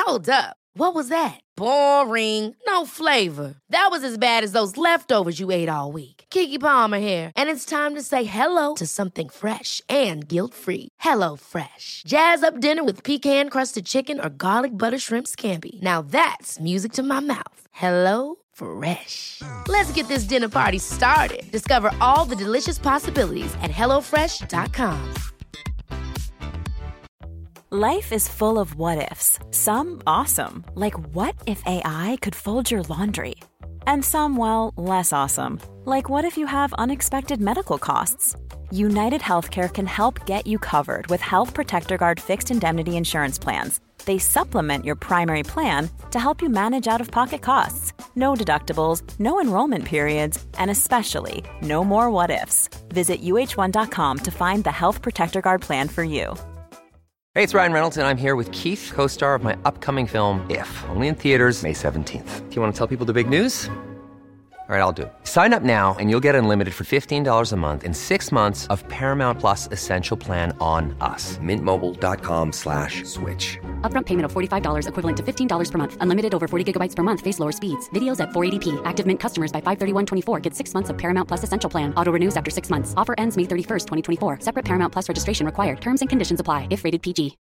Hold up. What was that? Boring. No flavor. That was as bad as those leftovers you ate all week. Keke Palmer here, and it's time to say hello to something fresh and guilt-free. Hello Fresh. Jazz up dinner with pecan-crusted chicken or garlic butter shrimp scampi. Now that's music to my mouth. Hello Fresh. Let's get this dinner party started. Discover all the delicious possibilities at hellofresh.com. Life is full of what-ifs. Some awesome, like what if AI could fold your laundry? And some, well, less awesome, like what if you have unexpected medical costs? United Healthcare can help get you covered with Health Protector Guard fixed indemnity insurance plans. They supplement your primary plan to help you manage out-of-pocket costs. No deductibles, no enrollment periods, and especially no more what-ifs. Visit uh1.com to find the Health Protector Guard plan for you. Hey, it's Ryan Reynolds, and I'm here with Keith, co-star of my upcoming film, If, only in theaters May 17th. Do you want to tell people the big news? All right, I'll do it. Sign up now and you'll get unlimited for $15 a month and 6 months of Paramount Plus Essential Plan on us. MintMobile.com/switch. Upfront payment of $45 equivalent to $15 per month. Unlimited over 40 gigabytes per month. Face lower speeds. Videos at 480p. Active Mint customers by 531.24 get 6 months of Paramount Plus Essential Plan. Auto renews after 6 months. Offer ends May 31st, 2024. Separate Paramount Plus registration required. Terms and conditions apply if rated PG.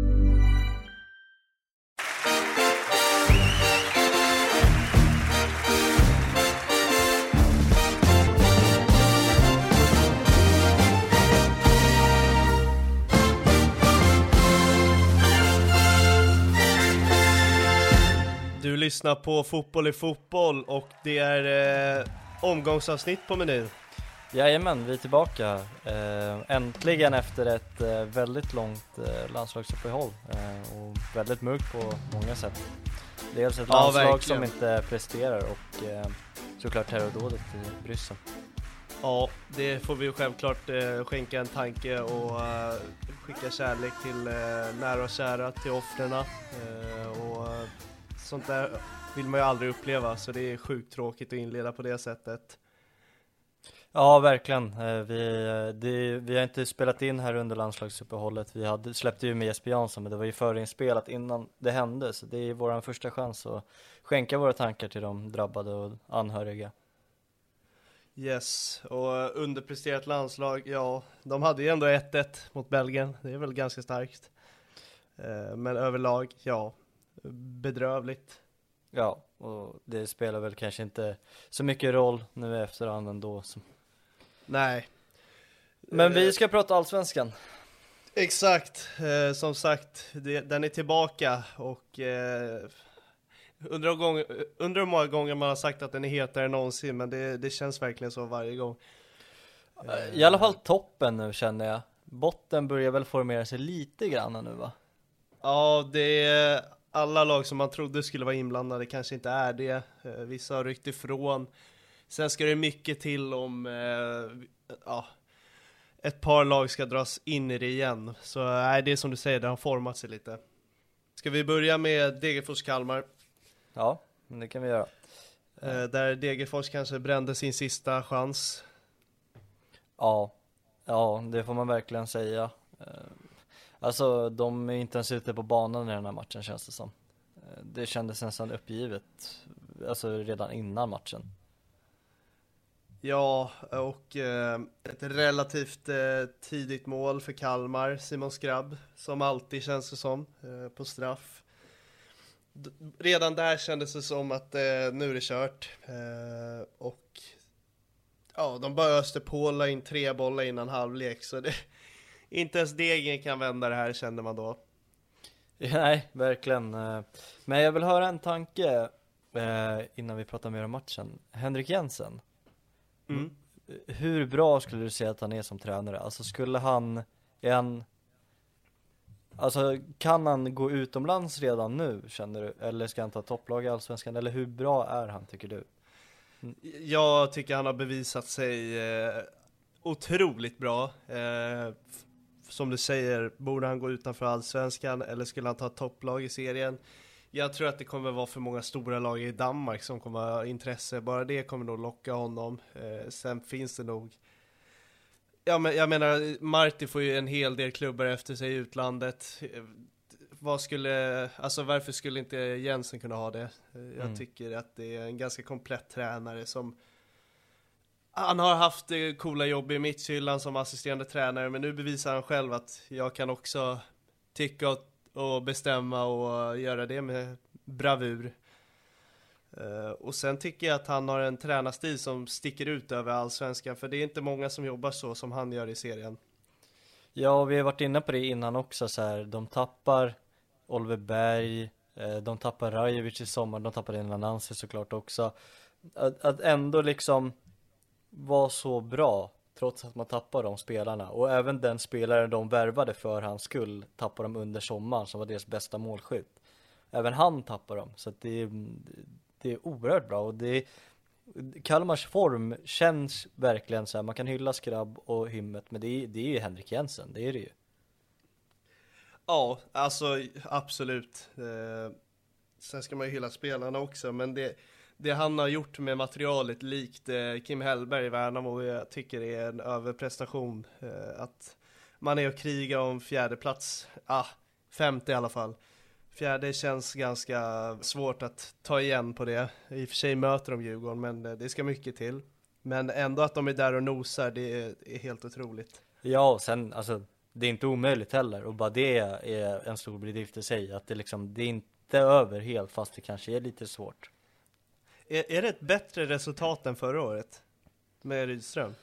Du lyssnar på Fotboll i fotboll och det är omgångsavsnitt på menyn. Jajamän, vi är tillbaka. Äntligen efter ett väldigt långt landslagsuppehåll och väldigt mörkt på många sätt. Dels ett landslag som inte presterar och såklart terrordådet i Bryssel. Ja, det får vi ju självklart skänka en tanke och skicka kärlek till nära och kära, till offren. Och sånt där vill man ju aldrig uppleva, så det är sjukt tråkigt att inleda på det sättet. Ja, verkligen. Vi har inte spelat in här under landslagsuppehållet. Släppte ju med Jesper Jansson, men det var ju förinspelat innan det hände. Så det är vår första chans att skänka våra tankar till de drabbade och anhöriga. Yes, och underpresterat landslag, ja, de hade ju ändå 1-1 mot Belgien. Det är väl ganska starkt. Men överlag, ja, bedrövligt. Ja, och det spelar väl kanske inte så mycket roll nu i efterhand ändå. Nej. Men vi ska prata Allsvenskan. Exakt, som sagt, den är tillbaka och undrar hur många gånger man har sagt att den är hetare än någonsin, men det känns verkligen så varje gång. I alla fall toppen nu känner jag. Botten börjar väl formera sig lite grann nu, va? Ja, det är alla lag som man trodde skulle vara inblandade kanske inte är det. Vissa har ryckt ifrån. Sen ska det mycket till om ett par lag ska dras in i det igen. Så det är som du säger, det har format sig lite. Ska vi börja med Degerfors-Kalmar? Ja, men det kan vi göra. Där Degerfors kanske brände sin sista chans. Ja, det får man verkligen säga. Alltså, de är inte ens ute på banan i den här matchen, känns det som. Det kändes nästan uppgivet, alltså redan innan matchen. Ja, och ett relativt tidigt mål för Kalmar, Simon Skrabb, som alltid känns det som, på straff. Redan där kändes det som att nu är det kört. Och ja, de bara öste på, la in 3 bollar innan halvlek, så inte ens Degen kan vända det här, kände man då. Nej, verkligen. Men jag vill höra en tanke innan vi pratar mer om matchen. Henrik Jensen. Hur bra skulle du säga att han är som tränare? Alltså kan han gå utomlands redan nu, känner du? Eller ska han ta topplag i Allsvenskan? Eller hur bra är han, tycker du? Jag tycker han har bevisat sig otroligt bra. Som du säger, borde han gå utanför Allsvenskan eller skulle han ta topplag i serien? Jag tror att det kommer vara för många stora lag i Danmark som kommer ha intresse. Bara det kommer nog locka honom. Sen finns det nog... Ja, men jag menar, Marti får ju en hel del klubbar efter sig i utlandet. varför skulle inte Jensen kunna ha det? Jag tycker att det är en ganska komplett tränare som han har haft coola jobb i Midtjylland som assisterande tränare, men nu bevisar han själv att jag kan också tycka och bestämma och göra det med bravur. Och sen tycker jag att han har en tränarstil som sticker ut över allsvenskan, för det är inte många som jobbar så som han gör i serien. Ja, vi har varit inne på det innan också så här, de tappar Oliver Berg, de tappar Rajovic i sommar, de tappar Enan Nancy såklart också. Att ändå liksom vara så bra trots att man tappar de spelarna, och även den spelaren de värvade för hans skull tappar de under sommaren som var deras bästa målskytt. Även han tappar dem, så att det är oerhört bra, och Kalmars form känns verkligen så här, man kan hylla Skrabb och Hymmet, men det är ju Henrik Jensen, det är det ju. Ja, alltså absolut. Sen ska man ju hylla spelarna också, men det han har gjort med materialet likt Kim Hellberg i Värnamo, jag tycker det är en överprestation. Att man är och krigar om fjärde plats, femte i alla fall. Fjärde känns ganska svårt att ta igen på det. I och för sig möter de Djurgården, men det ska mycket till. Men ändå att de är där och nosar, det är helt otroligt. Ja, och sen alltså, det är inte omöjligt heller, och bara det är en stor bedrift i sig, att det är inte över helt, fast det kanske är lite svårt. Är det ett bättre resultat än förra året med Rydström?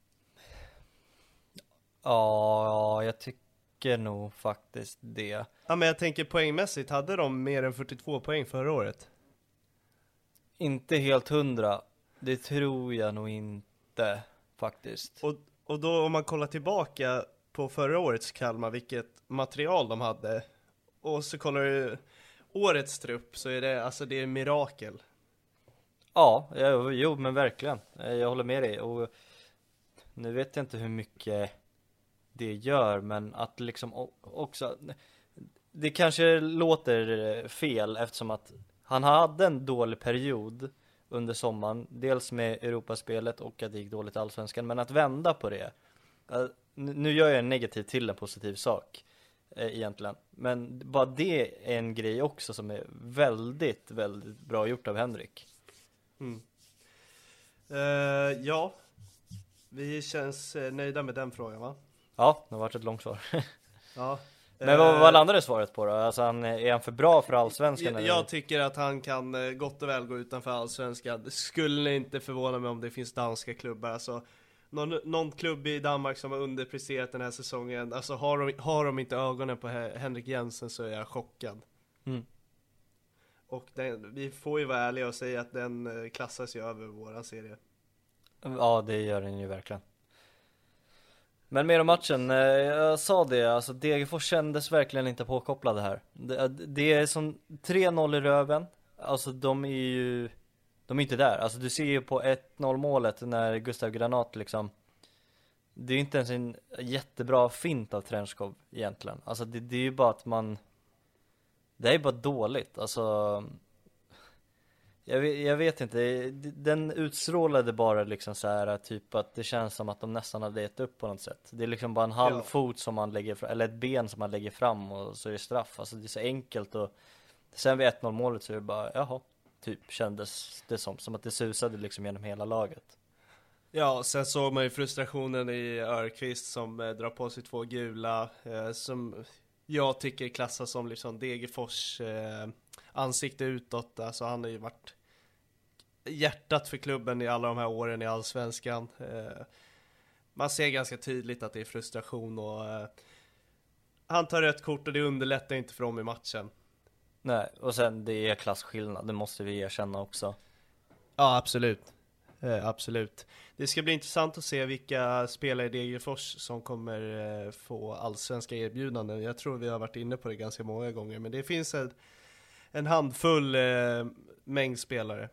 Ja, jag tycker nog faktiskt det. Ja, men jag tänker poängmässigt, hade de mer än 42 poäng förra året? Inte helt 100, det tror jag nog inte faktiskt. Och då om man kollar tillbaka på förra årets Kalmar, vilket material de hade, och så kollar du årets trupp, så är det är mirakel. Ja, jo men verkligen. Jag håller med dig, och nu vet jag inte hur mycket det gör, men att liksom också, det kanske låter fel eftersom att han hade en dålig period under sommaren, dels med Europaspelet och att det gick dåligt i Allsvenskan, men att vända på det, nu gör jag en negativ till en positiv sak egentligen, men bara det är en grej också som är väldigt, väldigt bra gjort av Henrik. Ja, vi känns nöjda med den frågan, va? Ja, det har varit ett långt svar. Ja. Men vad landade svaret på då? Alltså är han för bra för Allsvenskan? Jag tycker att han kan gott och väl gå utanför Allsvenskan. Det skulle inte förvåna mig om det finns danska klubbar. Alltså, någon klubb i Danmark som har underpresterat den här säsongen. Alltså har de inte ögonen på Henrik Jensen, så är jag chockad. Och vi får ju vara ärliga och säga att den klassas ju över våran serie. Ja, det gör den ju verkligen. Men mer om matchen, jag sa det, alltså Degerfors kändes verkligen inte påkopplade här. Det är som 3-0 i röven. Alltså de är inte där. Alltså du ser ju på 1-0 målet när Gustav Granat liksom, det är ju inte ens en jättebra fint av Trenskov egentligen. Alltså det är ju bara att det är bara dåligt. Alltså jag vet inte, den utstrålade bara liksom så här, typ att det känns som att de nästan hade gett upp på något sätt. Det är liksom bara en halv fot som man lägger fram, eller ett ben som man lägger fram, och så är det straff. Alltså det är så enkelt, och sen vid 1-0 målet så är det bara, jaha, typ kändes det som att det susade liksom genom hela laget. Ja, sen såg man ju frustrationen i Örqvist som drar på sig 2 gula, som jag tycker klassas som liksom Degerfors ansikte utåt. Alltså han har ju varit hjärtat för klubben i alla de här åren i Allsvenskan. Man ser ganska tydligt att det är frustration, och han tar rött kort, och det underlättar inte för dem i matchen. Nej, och sen det är klassskillnad, det måste vi erkänna också. Ja, absolut. Absolut. Det ska bli intressant att se vilka spelare i Degerfors som kommer få allsvenska erbjudanden. Jag tror vi har varit inne på det ganska många gånger, men det finns en handfull mängd spelare.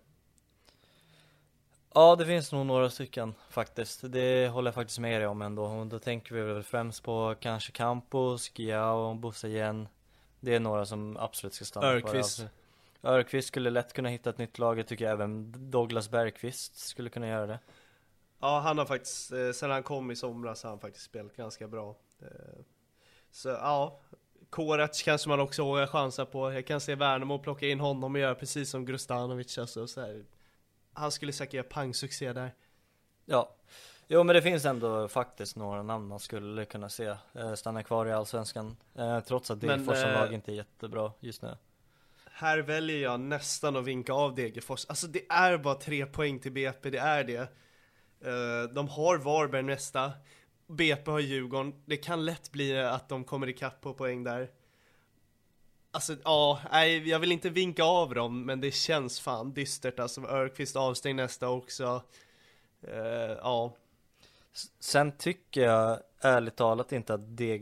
Ja, det finns nog några stycken faktiskt. Det håller jag faktiskt med dig om ändå. Och då tänker vi väl främst på kanske Campos, Gia och Bosse igen. Det är några som absolut ska stanna. Örqvist skulle lätt kunna hitta ett nytt lag. Jag tycker även Douglas Bergqvist skulle kunna göra det. Ja, han har faktiskt, sen han kom i somras har han faktiskt spelat ganska bra. Så ja, Korac kanske man också vågar chansa på. Jag kan se Värnamo plocka in honom och göra precis som Grustanovic. Alltså, så här. Han skulle säkert göra pangsuccé där. Ja, jo men det finns ändå faktiskt några namn man skulle kunna se stanna kvar i Allsvenskan. Trots att Degerfors som lag inte är jättebra just nu. Här väljer jag nästan att vinka av Degerfors. Alltså det är bara 3 poäng till BP, det är det. De har Varberg nästa. BP har Djurgården. Det kan lätt bli att de kommer ikapp på poäng där. Alltså nej, jag vill inte vinka av dem, men det känns fan dystert. Alltså Örqvist avstängd nästa också. Ja. Sen tycker jag ärligt talat inte att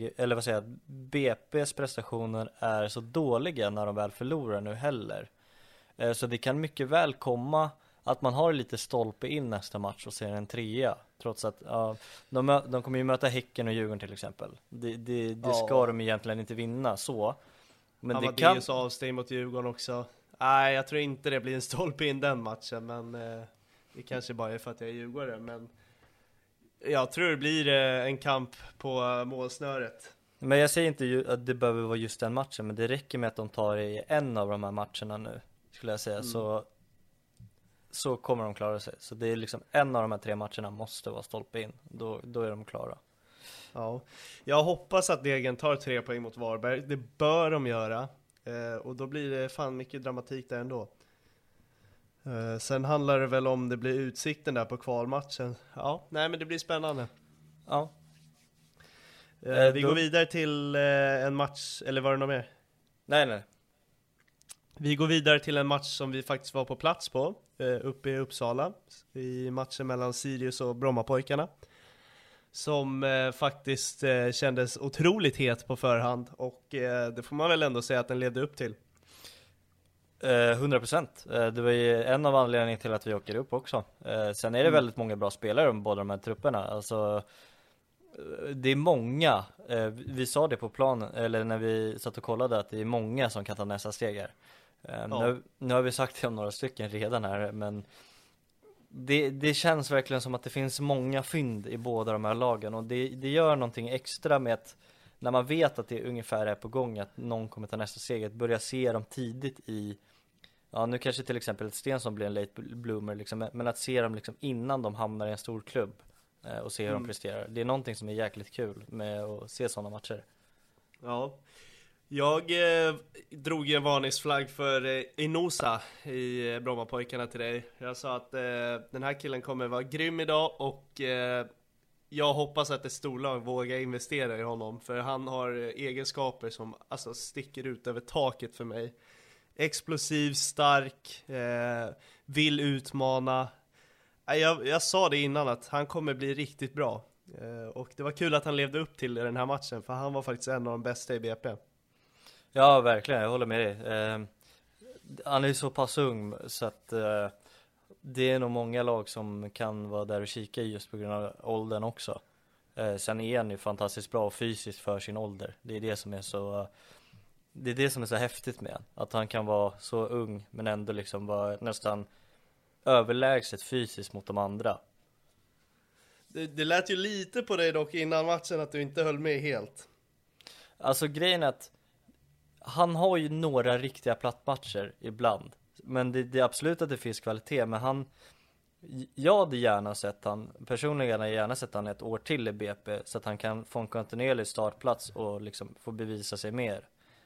BP:s prestationer är så dåliga när de väl förlorar nu heller. Så det kan mycket väl komma att man har lite stolpe in nästa match och ser en 3, trots att de kommer ju möta Häcken och Djurgården till exempel. Det ska de egentligen inte vinna så. Men han det var dels avstängd mot Djurgården också. Nej, jag tror inte det blir en stolpe in den matchen, men det kanske bara är för att jag är djurgårdare, men jag tror det blir en kamp på målsnöret. Men jag säger inte att det behöver vara just den matchen, men det räcker med att de tar i en av de här matcherna nu, skulle jag säga, så kommer de klara sig. Så det är liksom en av de här 3 matcherna måste vara stolpe in, då är de klara. Ja, jag hoppas att Degen tar 3 poäng mot Varberg. Det bör de göra, och då blir det fan mycket dramatik där ändå. Sen handlar det väl om det blir Utsikten där på kvalmatchen. Ja, nej men det blir spännande. Ja. Vi går vidare till en match, eller var det något mer? Nej. Vi går vidare till en match som vi faktiskt var på plats på, uppe i Uppsala, i matchen mellan Sirius och Brommapojkarna. Som faktiskt kändes otroligt het på förhand, och det får man väl ändå säga att den levde upp till. 100%. Det var ju en av anledningarna till att vi åker upp också. Sen är det väldigt många bra spelare om båda de här trupperna. Alltså, det är många. Vi sa det på planen, eller när vi satt och kollade, att det är många som kan ta nästa steg här. Nu har vi sagt det om några stycken redan här, men det känns verkligen som att det finns många fynd i båda de här lagen, och det gör någonting extra med att när man vet att det ungefär är på gång att någon kommer ta nästa steg, att börja se dem tidigt i, nu kanske till exempel ett Stensson blir en late bloomer liksom, men att se dem liksom innan de hamnar i en stor klubb och se hur de presterar. Det är någonting som är jäkligt kul med att se sådana matcher. Ja, jag drog ju en varningsflagg för Inosa i Brommapojkarna till dig. Jag sa att den här killen kommer vara grym idag, och jag hoppas att ett storlag vågar investera i honom, för han har egenskaper som alltså sticker ut över taket för mig. Explosiv, stark, vill utmana. Jag sa det innan att han kommer bli riktigt bra, och det var kul att han levde upp till den här matchen, för han var faktiskt en av de bästa i BP. Ja, verkligen, jag håller med dig. Han är ju så pass ung så att det är nog många lag som kan vara där och kika just på grund av åldern också. Sen är han ju fantastiskt bra fysiskt för sin ålder. Det är det som är så häftigt med han. Att han kan vara så ung men ändå liksom vara nästan överlägset fysiskt mot de andra. Det lät ju lite på dig dock innan matchen att du inte höll med helt. Alltså grejen är att han har ju några riktiga plattmatcher ibland. Men det är absolut att det finns kvalitet. Men jag hade gärna sett personligen hade gärna sett han ett år till i BP, så att han kan få en kontinuerlig startplats och liksom få bevisa sig mer.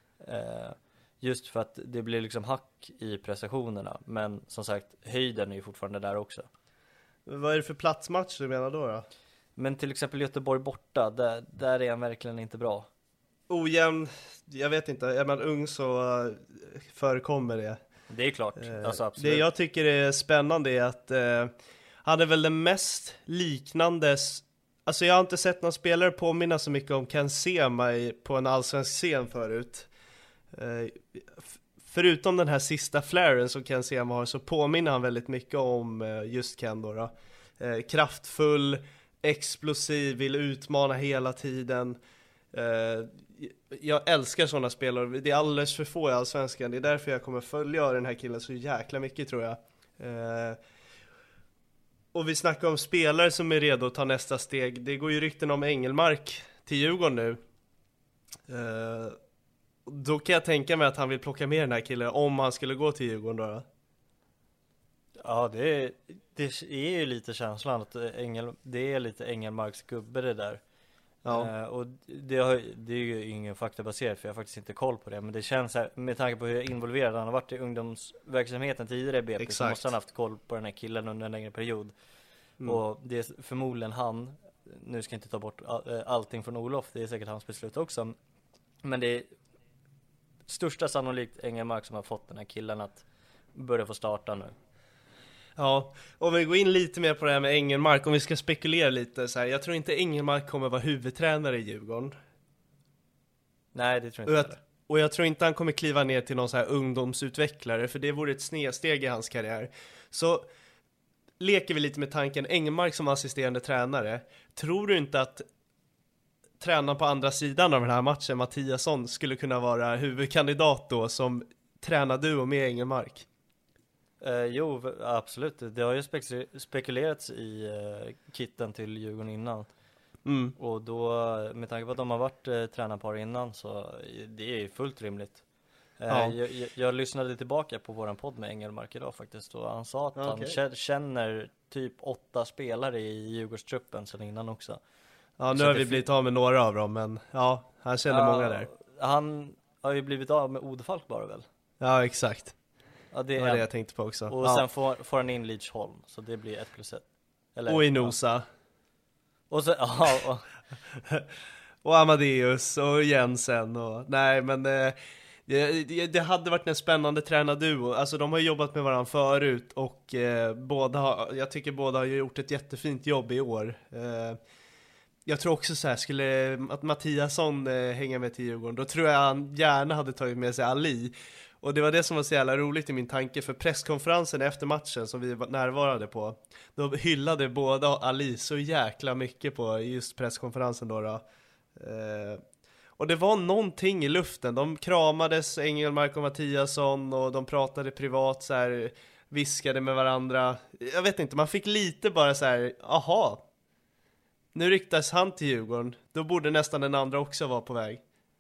Just för att det blir liksom hack i prestationerna. Men som sagt, höjden är ju fortfarande där också. Vad är det för platsmatch du menar då? Men till exempel Göteborg borta, där är han verkligen inte bra. Ojämn, jag vet inte, är man ung så förekommer det. Det är klart, alltså absolut. Det jag tycker är spännande är att han är väl den mest liknande. Alltså jag har inte sett någon spelare påminna så mycket om Ken Sema på en allsvensk scen förut. Förutom den här sista flaren som Ken Sema har, så påminner han väldigt mycket om just Ken då. Kraftfull, explosiv, vill utmana hela tiden. Jag älskar sådana spelare. Det är alldeles för få i allsvenskan. Det är därför jag kommer följa den här killen så jäkla mycket, tror jag. Och vi snackar om spelare som är redo att ta nästa steg. Det går ju rykten om Engelmark till Djurgården nu. Då kan jag tänka mig att han vill plocka med den här killen om han skulle gå till Djurgården då. Ja, det är ju lite känslan att det är lite Engelmarks gubbe det där. Ja. Och det är ju ingen faktabaserat, för jag har faktiskt inte koll på det. Men det känns här, med tanke på hur involverad han har varit i ungdomsverksamheten tidigare i BP, så måste han haft koll på den här killen under en längre period. Och det är förmodligen han, nu ska jag inte ta bort allting från Olof, det är säkert hans beslut också. Men det är största sannolikt Engelmark som har fått den här killen att börja få starta nu. Ja, om vi går in lite mer på det här med Engelmark, om vi ska spekulera lite så här. Jag tror inte Engelmark kommer vara huvudtränare i Djurgården. Nej, det tror jag inte. Och jag tror inte han kommer kliva ner till någon så här ungdomsutvecklare, för det vore ett snedsteg i hans karriär. Så leker vi lite med tanken, Engelmark som assisterande tränare. Tror du inte att tränaren på andra sidan av den här matchen, Mattiasson, skulle kunna vara huvudkandidat då som tränarduo med Engelmark? Jo, absolut. Det har ju spekulerats i kitten till Djurgården innan. Och då, med tanke på att de har varit tränarpar innan, så det är fullt rimligt. Ja. Jag lyssnade tillbaka på våran podd med Engelmark idag faktiskt, och han sa att han känner typ 8 spelare i Djurgårdstruppen sedan innan också. Ja, nu har vi blivit av med några av dem, men ja, han känner många där. Han har ju blivit av med Odefalk bara väl? Ja, exakt. Ja, det är det jag tänkte på också. Och sen får han in Lidsholm, så det blir 1+1. Eller, och Inosa. Och så, och Amadeus och Jensen och nej, men det hade varit en spännande tränarduo. Alltså de har jobbat med varandra förut, och jag tycker båda har gjort ett jättefint jobb i år. Jag tror också så här, skulle att Mattiasson hänga med till Djurgården, då tror jag han gärna hade tagit med sig Ali. Och det var det som var så jävla roligt i min tanke, för presskonferensen efter matchen som vi var närvarade på, då hyllade båda Ali så jäkla mycket på just presskonferensen då. Och det var någonting i luften. De kramades, Engelmark och Mattiasson, och de pratade privat så här, viskade med varandra. Jag vet inte, man fick lite bara så här, aha, nu ryktas han till Djurgården, då borde nästan den andra också vara på väg.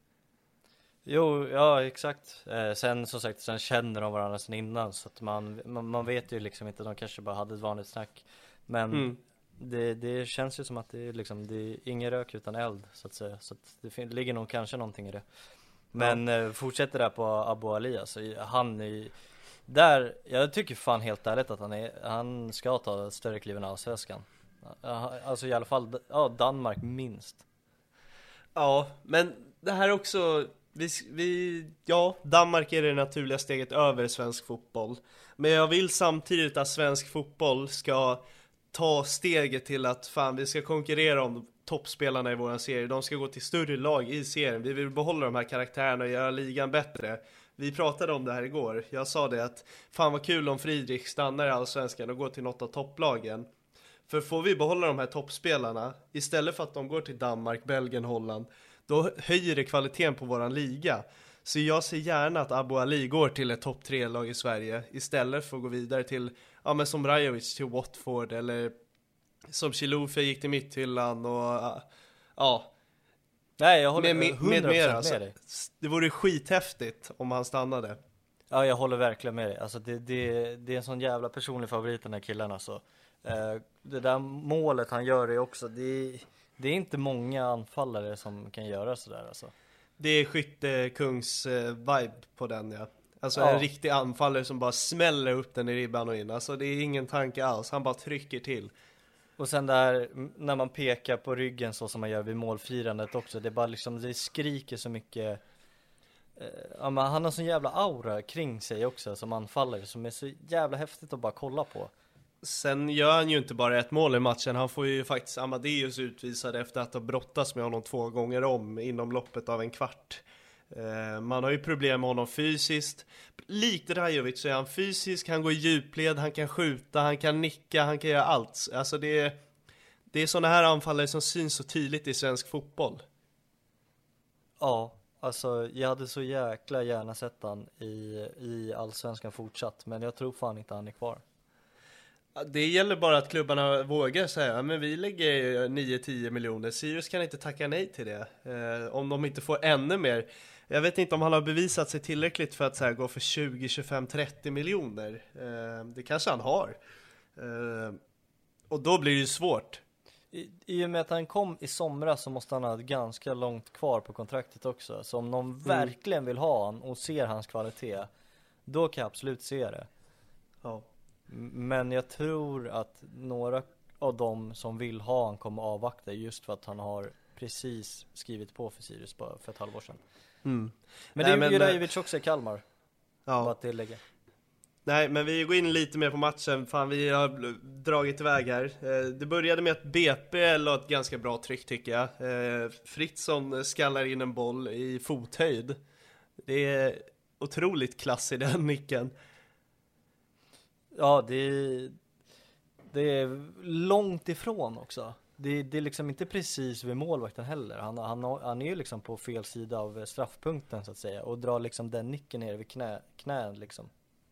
Jo, ja exakt. Sen som sagt, sen känner de varandra sen innan, så att man vet ju liksom inte, de kanske bara hade ett vanligt snack. Men det känns ju som att det är liksom, det är ingen rök utan eld, så att säga. Så att det ligger nog kanske någonting i det. Men fortsätter där på Abu Ali, alltså, han är där, jag tycker fan helt ärligt att han ska ta större kliv än Allsvenskan. Alltså i alla fall, Danmark minst. Ja, men det här också, Danmark är det naturliga steget över svensk fotboll. Men jag vill samtidigt att svensk fotboll ska ta steget till att vi ska konkurrera om toppspelarna i våran serie. De ska gå till större lag i serien. Vi vill behålla de här karaktärerna och göra ligan bättre. Vi pratade om det här igår. Jag sa det att fan vad kul om Friedrich stannar i Allsvenskan och går till något av topplagen. För får vi behålla de här toppspelarna istället för att de går till Danmark, Belgien, Holland, då höjer det kvaliteten på våran liga. Så jag ser gärna att Abu Ali går till ett topp 3-lag i Sverige istället för att gå vidare till, men som Rajovic till Watford, eller som Chilufe gick till Midtjylland och Nej, jag håller 100% med dig. Det vore skithäftigt om han stannade. Ja, jag håller verkligen med dig. Alltså det är en sån jävla personlig favorit, den här killen alltså. Det där målet han gör är också, det är inte många anfallare som kan göra sådär alltså. Det är skyttekungs vibe på den, ja. Alltså en riktig anfallare som bara smäller upp den i ribban och in. Alltså det är ingen tanke alls, han bara trycker till. Och sen där, när man pekar på ryggen så som man gör vid målfirandet också, det är bara liksom, det skriker så mycket. Men han har sån jävla aura kring sig också som anfallare, som är så jävla häftigt att bara kolla på. Sen gör han ju inte bara ett mål i matchen. Han får ju faktiskt Amadeus utvisad efter att ha brottats med honom 2 gånger om inom loppet av en kvart. Man har ju problem med honom fysiskt. Likt Rajovic så är han fysisk, han går i djupled, han kan skjuta, han kan nicka, han kan göra allt. Alltså det är såna här anfallare som syns så tydligt i svensk fotboll. Ja, alltså jag hade så jäkla gärna sett han i Allsvenskan fortsatt, men jag tror fan inte han är kvar. Det gäller bara att klubbarna vågar säga, men vi lägger 9-10 miljoner. Sirius kan inte tacka nej till det. Om de inte får ännu mer. Jag vet inte om han har bevisat sig tillräckligt för att så här, gå för 20, 25, 30 miljoner. Det kanske han har. Och då blir det ju svårt. I och med att han kom i somras så måste han ha ganska långt kvar på kontraktet också. Så om någon verkligen vill ha han och ser hans kvalitet, då kan jag absolut se det. Ja. Men jag tror att några av dem som vill ha han kommer avvakta just för att han har precis skrivit på för Sirius för ett halvår sedan. Men det är ju Rajovic också i Kalmar. Ja. Bara tillägga. Nej, men vi går in lite mer på matchen. Fan, vi har dragit iväg här. Det började med att BP la ett ganska bra tryck tycker jag. Fritzson skallar in en boll i fothöjd. Det är otroligt klass i den nicken. Ja, det är långt ifrån också. Det är liksom inte precis vid målvakten heller. Han är ju liksom på fel sida av straffpunkten så att säga. Och drar liksom den nicken ner vid knän liksom.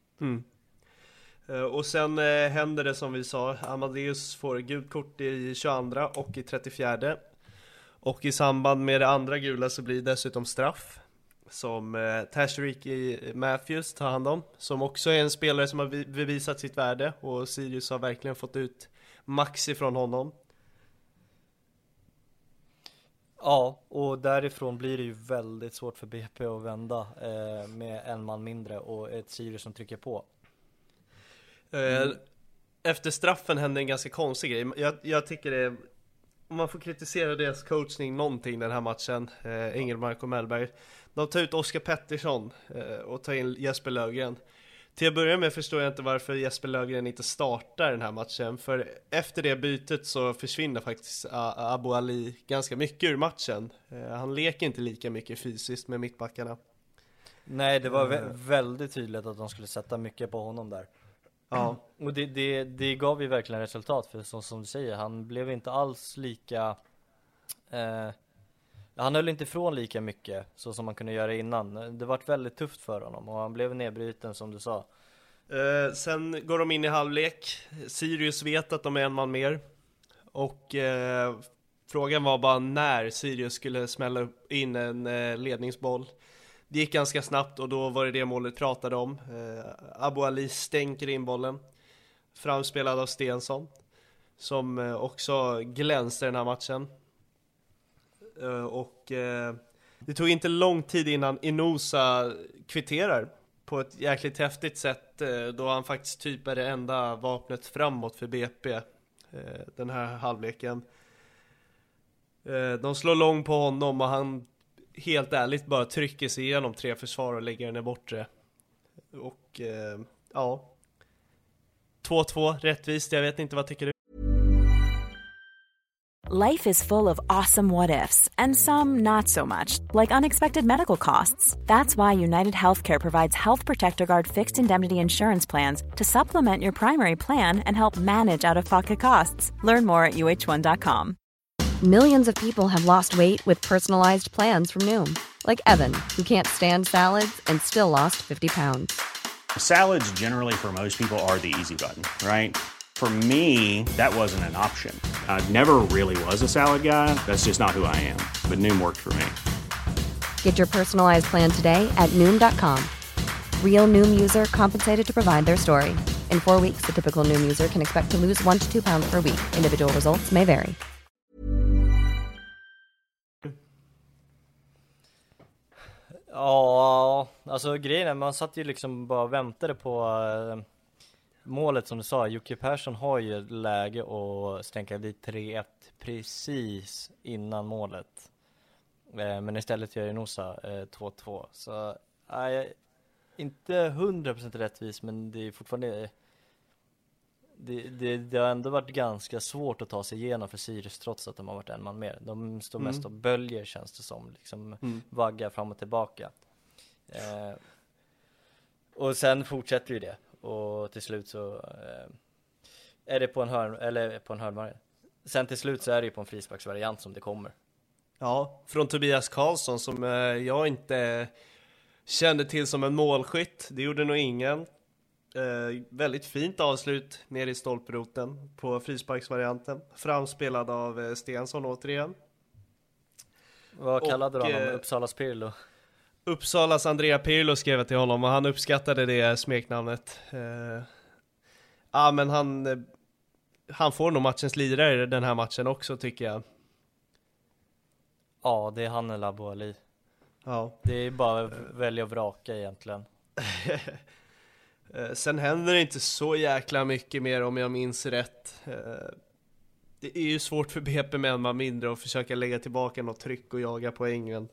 Och sen händer det som vi sa. Amadeus får gult kort i 22 och i 34. Och i samband med det andra gula så blir det dessutom straff. Som Tashariki Matthews tar hand om. Som också är en spelare som har bevisat sitt värde. Och Sirius har verkligen fått ut max ifrån honom. Ja, och därifrån blir det ju väldigt svårt för BP att vända med en man mindre och ett Sirius som trycker på. Efter straffen hände en ganska konstig grej. Jag tycker det, om man får kritisera deras coachning någonting den här matchen, Engelmark och Mellberg, de tar ut Oskar Pettersson och tar in Jesper Löfgren. Till att börja med förstår jag inte varför Jesper Löfgren inte startar den här matchen. För efter det bytet så försvinner faktiskt Abu Ali ganska mycket ur matchen. Han leker inte lika mycket fysiskt med mittbackarna. Nej, det var väldigt tydligt att de skulle sätta mycket på honom där. Ja. Och det gav ju verkligen resultat. För som du säger, han blev inte alls lika... han höll inte ifrån lika mycket så som man kunde göra innan. Det var väldigt tufft för honom och han blev nedbruten som du sa. Sen går de in i halvlek. Sirius vet att de är en man mer. Och frågan var bara när Sirius skulle smälla in en ledningsboll. Det gick ganska snabbt och då var det målet pratade om. Abu Ali stänker in bollen. Framspelad av Stensson. Som också glänste den här matchen. Och det tog inte lång tid innan Inosa kvitterar på ett jäkligt häftigt sätt, då han faktiskt typ är det enda vapnet framåt för BP den här halvleken. De slår lång på honom och han helt ärligt bara trycker sig igenom 3 försvar och lägger den i bortre. Och ja, 2-2 rättvist, jag vet inte, vad tycker du? Life is full of awesome what ifs, and some not so much, like unexpected medical costs. That's why United Healthcare provides Health Protector Guard fixed indemnity insurance plans to supplement your primary plan and help manage out-of-pocket costs. Learn more at uh1.com. Millions of people have lost weight with personalized plans from Noom. Like Evan, who can't stand salads and still lost 50 pounds. Salads generally for most people are the easy button, right? For me, that wasn't an option. I never really was a salad guy. That's just not who I am. But Noom worked for me. Get your personalized plan today at Noom.com. Real Noom user compensated to provide their story. In 4 weeks, the typical Noom user can expect to lose 1 to 2 pounds per week. Individual results may vary. Ja, alltså grejen är, man satt ju liksom bara och väntade på målet som du sa. Jocke Persson har ju läge att stänka dit 3-1 precis innan målet. Men istället gör Inosa 2-2. Så inte 100% rättvis, men det är fortfarande... Det har ändå varit ganska svårt att ta sig igenom för Sirius trots att de har varit en man mer. De står mest och böljer, känns det som. Liksom vaggar fram och tillbaka. Och sen fortsätter ju det. Och till slut så är det på en hörnmark. Sen till slut så är det ju på en frisparksvariant som det kommer. Ja, från Tobias Karlsson som jag inte kände till som en målskytt. Det gjorde nog ingen. Väldigt fint avslut ner i stolproten på frisparksvarianten. Framspelad av Stensson återigen. Vad kallade du honom? Uppsala Pirlo? Uppsalas Andrea Pirlo skrev till honom och han uppskattade det smeknamnet. Men han får nog matchens lirare den här matchen också, tycker jag. Ja, det är han eller Abou Ali. Ja. Det är bara välja och vraka egentligen. Sen händer det inte så jäkla mycket mer om jag minns rätt. Det är ju svårt för BP med en man mindre att försöka lägga tillbaka något tryck och jaga poängen.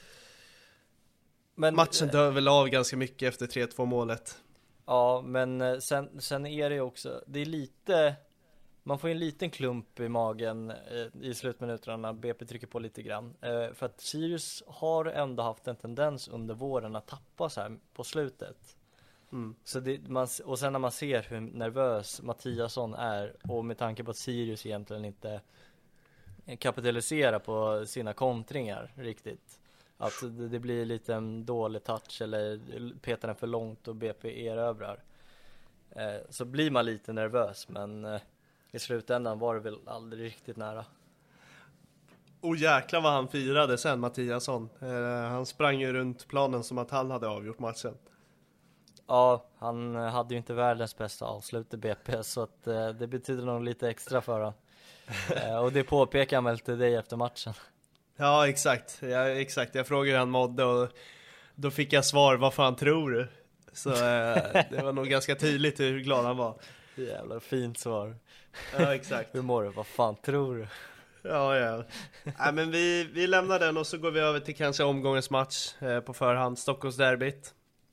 Men matchen dör väl av ganska mycket efter 3-2 målet. Ja, men sen är det också, det är lite, man får en liten klump i magen i slutminuterna när BP trycker på lite grann. För att Sirius har ändå haft en tendens under våren att tappa så här på slutet. Så och sen när man ser hur nervös Mattiasson är, och med tanke på att Sirius egentligen inte kapitaliserar på sina kontringar riktigt, att det blir lite en dålig touch eller petar den för långt och BP erövrar, så blir man lite nervös, men i slutändan var det väl aldrig riktigt nära. Jäklar vad han firade sen, Mattiasson. Han sprang ju runt planen som att han hade avgjort matchen. Ja, han hade ju inte världens bästa avslut i BP, så att det betyder nog lite extra för honom. Och det påpekar han väl till dig efter matchen. Ja, exakt. Jag frågade hur han mådde och då fick jag svar, vad fan tror du? Så det var nog ganska tydligt hur glad han var. Jävla fint svar. Ja, exakt. Hur mår du? Vad fan tror du? Ja. Nej, men vi lämnar den och så går vi över till kanske omgångens match på förhand, Stockholmsderbyt.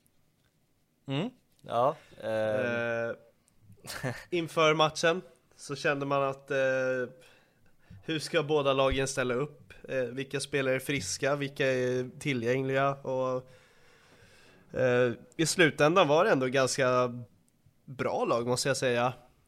Ja. Inför matchen så kände man att hur ska båda lagen ställa upp? Vilka spelare är friska? Vilka är tillgängliga? Och i slutändan var det ändå ganska bra lag, måste jag säga.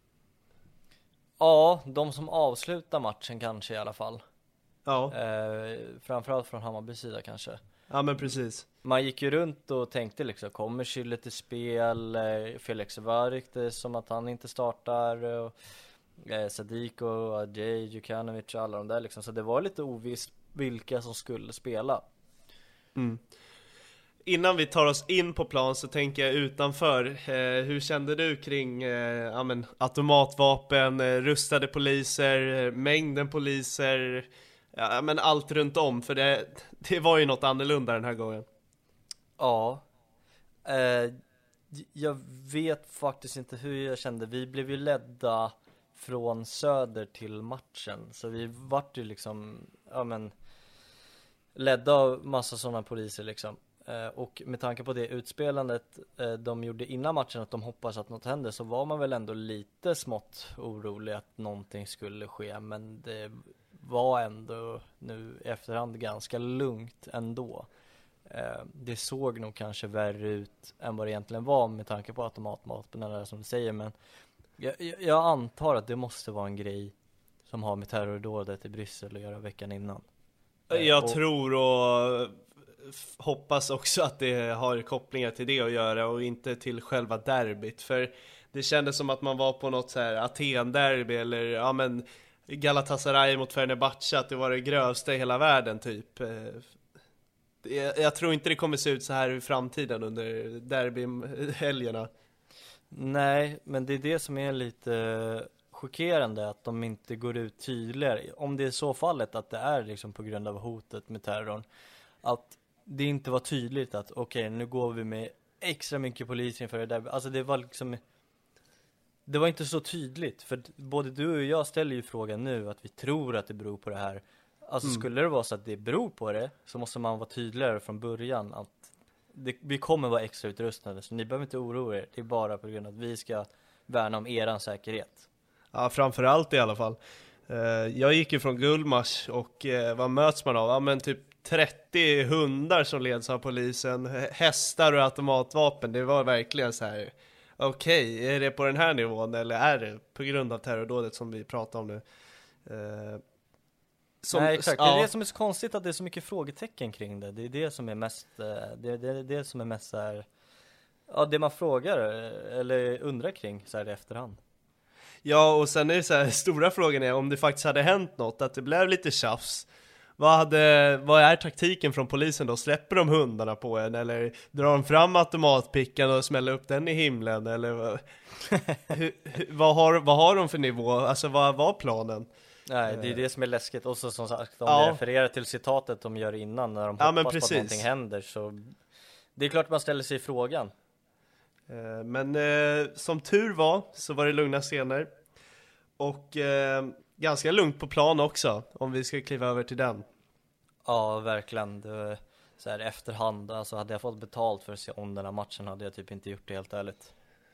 Ja, de som avslutar matchen kanske i alla fall. Ja. Framförallt från Hammarbys sida kanske. Ja, men precis. Man gick ju runt och tänkte liksom, kommer Schüller till spel? Felix Varg, det är som att han inte startar. Och Sadiq och Ajay, Djukanovic och alla de där liksom. Så det var lite ovisst vilka som skulle spela. Innan vi tar oss in på plan så tänker jag utanför. Hur kände du kring automatvapen, rustade poliser, mängden poliser, men allt runt om? För det var ju något annorlunda den här gången. Ja. Jag vet faktiskt inte hur jag kände. Vi blev ju ledda från söder till matchen. Så vi vart ju liksom ledda av massa sådana poliser liksom. Och med tanke på det utspelandet de gjorde innan matchen, att de hoppas att något händer, så var man väl ändå lite smått orolig att någonting skulle ske. Men det var ändå nu i efterhand ganska lugnt ändå. Det såg nog kanske värre ut än vad det egentligen var med tanke på automatvapen eller som du säger. Men jag antar att det måste vara en grej som har med terrordådet i Bryssel att göra veckan innan. Jag tror och hoppas också att det har kopplingar till det att göra och inte till själva derbyt. För det kändes som att man var på något så här Aten-derby eller Galatasaray mot Fenerbahce, att det var det grövsta i hela världen typ. Jag tror inte det kommer se ut så här i framtiden under derbyhelgerna. Nej, men det är det som är lite chockerande, att de inte går ut tydligare. Om det är så fallet att det är liksom på grund av hotet med terrorn, att det inte var tydligt att okej, nu går vi med extra mycket poliser inför det där. Alltså det var liksom, det var inte så tydligt. För både du och jag ställer ju frågan nu att vi tror att det beror på det här. Alltså skulle det vara så att det beror på det, så måste man vara tydligare från början att vi kommer vara extra utrustade, så ni behöver inte oroa er. Det är bara på grund av att vi ska värna om eran säkerhet. Ja, framförallt i alla fall. Jag gick ju från Gullmars och vad möts man av? Ja, men typ 30 hundar som leds av polisen, hästar och automatvapen. Det var verkligen så här, okej, är det på den här nivån eller är det på grund av terrordådet som vi pratar om nu? Nej, exakt. Det är det som är så konstigt, att det är så mycket frågetecken kring det. Det är det som är mest det som är mest så här, det man frågar eller undrar kring så här i efterhand. Ja, och sen är det så här, stora frågan är om det faktiskt hade hänt något, att det blev lite tjafs Vad är taktiken från polisen då? Släpper de hundarna på en? Eller drar de fram automatpickan och smäller upp den i himlen? Eller vad har de för nivå? Alltså vad var planen? Nej, det är det som är läskigt. Och så som sagt, om vi refererar till citatet de gör innan när de hoppas på att någonting händer, så det är klart man ställer sig i frågan. Men som tur var så var det lugna scener. Och ganska lugnt på plan också, om vi ska kliva över till den. Ja, verkligen. Det så här efterhand, alltså hade jag fått betalt för att se om den här matchen hade jag typ inte gjort det, helt ärligt.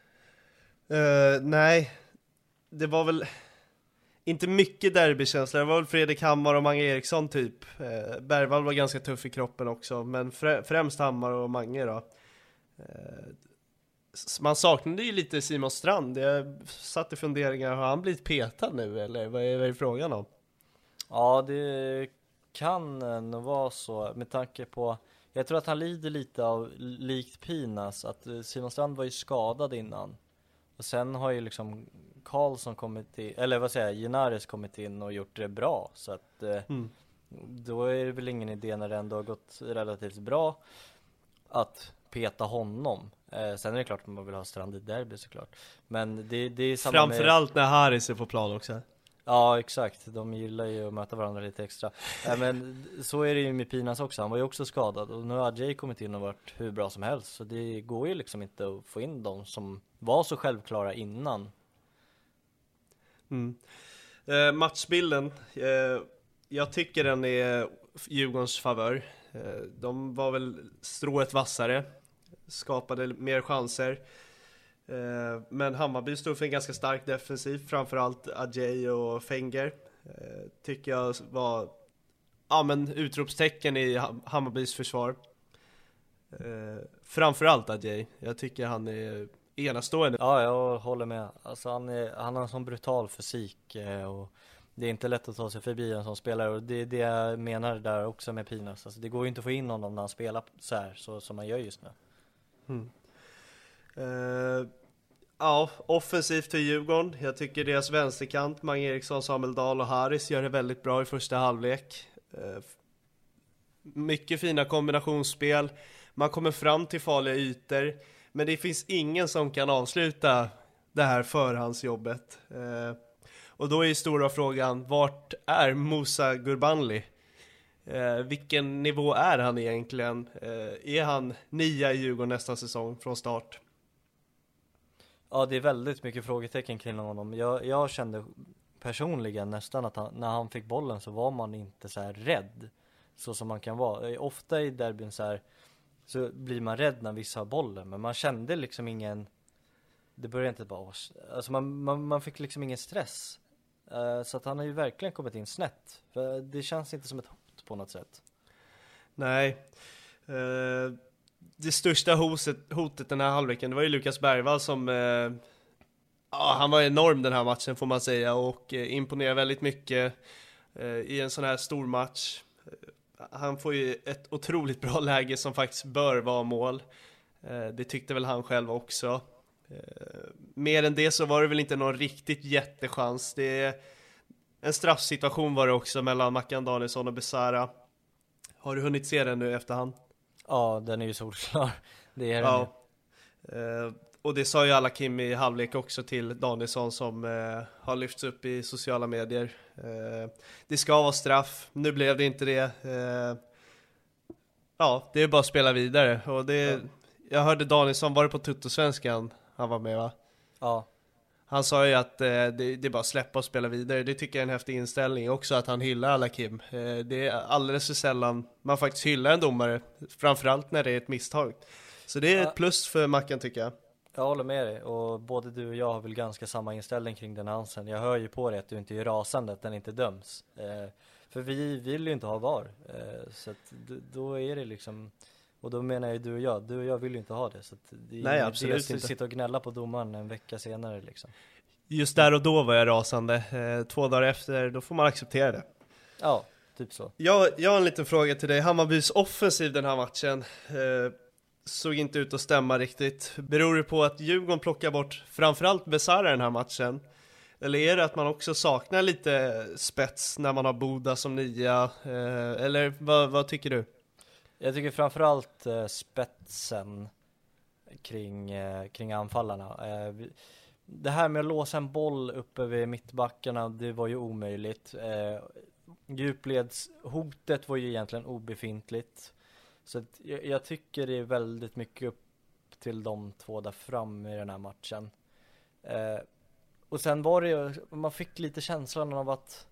Nej, det var väl inte mycket derbykänsla. Det var väl Fredrik Hammar och Mange Eriksson typ. Bergvall var ganska tuff i kroppen också, men främst Hammar och Mange då. Man saknade ju lite Simon Strand. Jag satt i funderingar, har han blivit petad nu eller vad är frågan om? Ja, det kan nog vara så med tanke på, jag tror att han lider lite av likt Pinas, att Simon Strand var ju skadad innan. Och sen har ju liksom Karlsson kommit in, eller vad säger jag, Genares kommit in och gjort det bra. Så att då är det väl ingen idé när det ändå har gått relativt bra att peta honom. Sen är det klart att man vill ha Strand i derby såklart. Men det är samma framförallt när Harris är på plan också. Ja, exakt. De gillar ju att möta varandra lite extra. Men så är det ju med Pinas också. Han var ju också skadad. Och nu har Ajay kommit in och varit hur bra som helst. Så det går ju liksom inte att få in dem som var så självklara innan. Matchbilden. Jag tycker den är Djurgårdens favör. De var väl strået vassare. Skapade mer chanser. Men Hammarby stod för en ganska stark defensiv. Framförallt Ajay och Fenger tycker jag var utropstecken i Hammarbys försvar. Framförallt Ajay. Jag tycker han är enastående. Ja, jag håller med. Alltså han har en sån brutal fysik och det är inte lätt att ta sig förbi en sån spelare. Och det är det jag menar där också med Pinas. Alltså det går ju inte att få in honom när han spelar så här så som man gör just nu. Offensivt till Djurgården. Jag tycker deras vänsterkant, Mange Eriksson, Samuel Dahl och Harris gör det väldigt bra i första halvlek. Mycket fina kombinationsspel. Man kommer fram till farliga ytor. Men det finns ingen som kan avsluta det här förhandsjobbet. Och då är ju stora frågan, vart är Musa Gurbanli? Vilken nivå är han egentligen? Är han 9 i Djurgården nästa säsong från start? Ja, det är väldigt mycket frågetecken kring honom. Jag kände personligen nästan att när han fick bollen så var man inte så här rädd. Så som man kan vara. Ofta i derbyn så här, så blir man rädd när vissa har bollen. Men man kände liksom ingen... Det började inte bara... Alltså man fick liksom ingen stress. Så att han har ju verkligen kommit in snett. För det känns inte som ett hot på något sätt. Nej. Det största hotet den här halvleken, det var ju Lukas Bergvall som... han var enorm den här matchen får man säga. Och imponerar väldigt mycket i en sån här stor match. Han får ju ett otroligt bra läge som faktiskt bör vara mål. Det tyckte väl han själv också. Mer än det så var det väl inte någon riktigt jättechans. En straffsituation var det också mellan Mackan Danielsson och Besara. Har du hunnit se den nu efterhand? Ja, den är ju solklar. Det är den ju. Och det sa ju alla Kim i halvlek också till Danielsson som har lyfts upp i sociala medier. Det ska vara straff. Nu blev det inte det. Det är bara att spela vidare. Och jag hörde Danielsson, var det på Tuttosvenskan han var med va? Ja. Han sa ju att det är bara att släppa och spela vidare. Det tycker jag är en häftig inställning också, att han hyllar alla Kim. Det är alldeles för sällan man faktiskt hyllar en domare. Framförallt när det är ett misstag. Så det är ett plus för Mackan tycker jag. Jag håller med dig, och både du och jag har väl ganska samma inställning kring den hansen. Jag hör ju på dig att du inte är rasande att den inte döms. För vi vill ju inte ha VAR. Så att då är det liksom... Och då menar ju du och jag vill ju inte ha det. Så att det Nej, absolut inte. Sitta och gnälla på domaren en vecka senare liksom. Just där och då var jag rasande. 2 dagar efter, då får man acceptera det. Ja, typ så. Jag har en liten fråga till dig. Hammarbys offensiv den här matchen såg inte ut att stämma riktigt. Beror det på att Djurgården plockar bort framförallt Besara den här matchen? Eller är det att man också saknar lite spets när man har Boda som nia? Eller vad tycker du? Jag tycker framförallt spetsen kring anfallarna. Det här med att låsa en boll uppe vid mittbackarna, det var ju omöjligt. Djupledshotet var ju egentligen obefintligt. Så att jag tycker det är väldigt mycket upp till de två där fram i den här matchen. Och sen var det ju, man fick lite känslan av att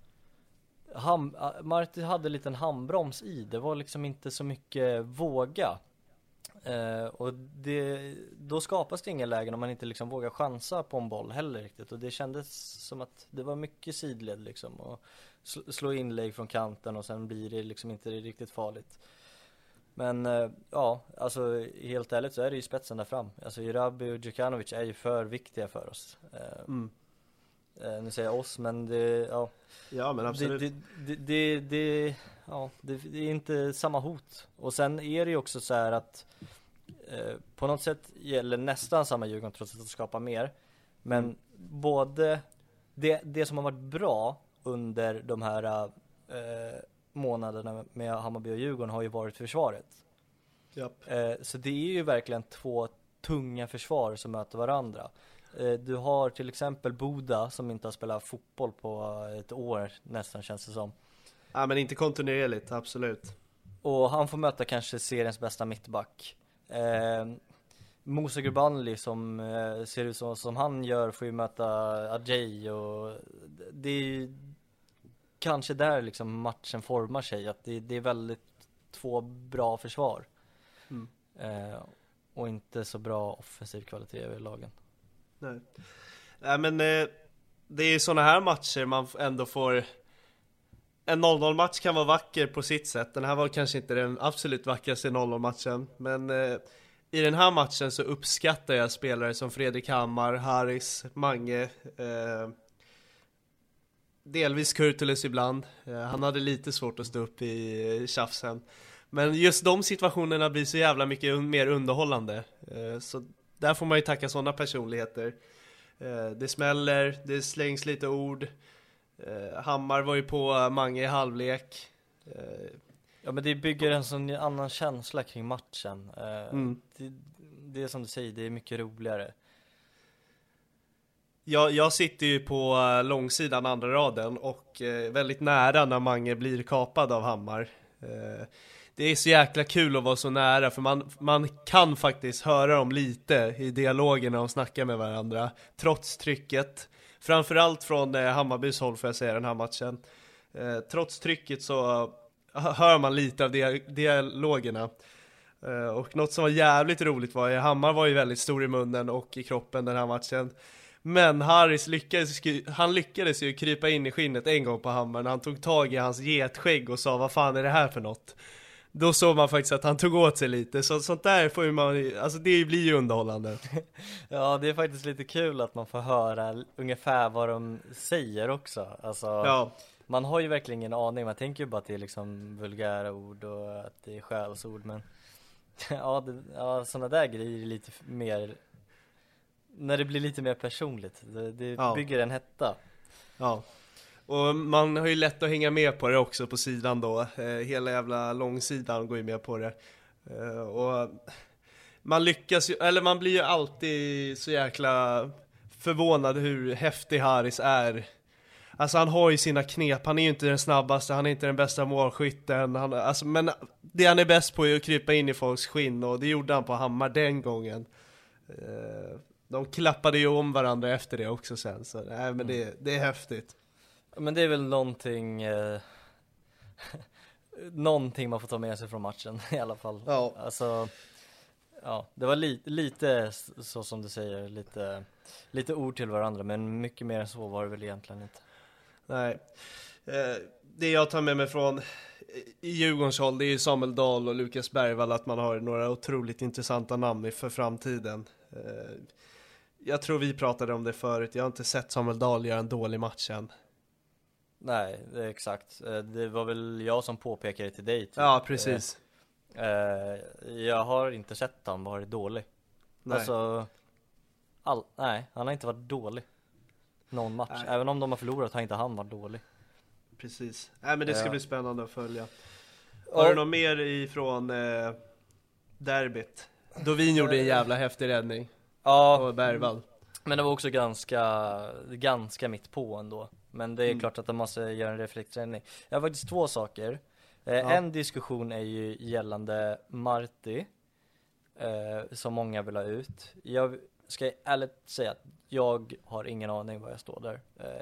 Marti hade en liten handbroms i. Det var liksom inte så mycket våga. Och då skapas det inga lägen om man inte liksom vågar chansa på en boll heller riktigt. Och det kändes som att det var mycket sidled liksom. Och slå inlägg från kanten och sen blir det liksom inte riktigt farligt. Men ja, alltså helt ärligt så är det ju spetsen där fram. Alltså Irabi och Djukanovic är ju för viktiga för oss. Nu säger jag oss, men det, ja men absolut. Det är inte samma hot. Och sen är det ju också så här att på något sätt gäller nästan samma Djurgården trots att de skapar mer. Men både det som har varit bra under de här månaderna med Hammarby och Djurgården har ju varit försvaret. Japp. Så det är ju verkligen två tunga försvar som möter varandra. Du har till exempel Boda som inte har spelat fotboll på ett år nästan, känns det som. Ja, men inte kontinuerligt, absolut. Och han får möta kanske seriens bästa mittback. Musa Gurbanli som ser ut som han gör får ju möta Ajay, och det är kanske där liksom matchen formar sig, att det är väldigt två bra försvar. Och inte så bra offensiv kvalitet över lagen. Nej, men det är såna här matcher man ändå får. En 0-0-match kan vara vacker på sitt sätt. Den här var kanske inte den absolut vackraste 0-0-matchen, men i den här matchen så uppskattar jag spelare som Fredrik Hammar, Haris, Mange, delvis Kurtulus ibland. Han hade lite svårt att stå upp i tjafsen. Men just de situationerna blir så jävla mycket mer underhållande. Så där får man ju tacka sådana personligheter. Det smäller, det slängs lite ord. Hammar var ju på Mange i halvlek. Ja, men det bygger en sån annan känsla kring matchen. Det är som du säger, det är mycket roligare. Jag sitter ju på långsidan andra raden och väldigt nära när Mange blir kapad av Hammar. Det är så jäkla kul att vara så nära, för man kan faktiskt höra dem lite i dialogen när de snackar med varandra, trots trycket. Framförallt från Hammarbys håll får jag säga den här matchen. Trots trycket så hör man lite av dialogerna. Och något som var jävligt roligt var att Hammar var ju väldigt stor i munnen och i kroppen den här matchen. Men Haris lyckades ju krypa in i skinnet en gång på Hammar när han tog tag i hans getskägg och sa: vad fan är det här för något? Då såg man faktiskt att han tog åt sig lite. Så sånt där får man, alltså det blir ju underhållande. Ja, det är faktiskt lite kul att man får höra ungefär vad de säger också. Alltså, ja. Man har ju verkligen ingen aning. Man tänker ju bara att det är liksom vulgära ord och att det är skällsord. Men ja, sådana där grejer är lite mer, när det blir lite mer personligt. Det bygger en hetta. Ja. Och man har ju lätt att hänga med på det också på sidan då. Hela jävla långsidan går ju med på det. Och man lyckas ju, eller man blir ju alltid så jäkla förvånad hur häftig Haris är. Alltså han har ju sina knep, han är ju inte den snabbaste, han är inte den bästa målskytten. Men det han är bäst på är att krypa in i folks skinn, och det gjorde han på Hammar den gången. De klappade ju om varandra efter det också sen, så nej, men det är häftigt. Men det är väl någonting någonting man får ta med sig från matchen i alla fall. Ja. Alltså, ja, det var lite så som du säger, lite ord till varandra, men mycket mer än så var det väl egentligen inte. Nej. Det jag tar med mig från i Djurgårdens håll, det är ju Samuel Dahl och Lukas Bergvall, att man har några otroligt intressanta namn för framtiden. Jag tror vi pratade om det förut. Jag har inte sett Samuel Dahl göra en dålig match än. Nej, det är exakt. Det var väl jag som påpekade till dig. Typ. Ja, precis. Jag har inte sett han varit dålig. Nej. Alltså, nej, han har inte varit dålig. någon match. Nej. Även om de har förlorat har inte han varit dålig. Precis. Nej, men det ska bli spännande att följa. Har du något mer ifrån derbyt? Då vi gjorde en jävla häftig räddning. Ja. På Bergvall. Men det var också ganska mitt på ändå. Men det är klart att de måste göra en reflekträddning. Jag har faktiskt 2 saker. En diskussion är ju gällande Marti. Som många vill ha ut. Jag ska ärligt säga att jag har ingen aning vad jag står där.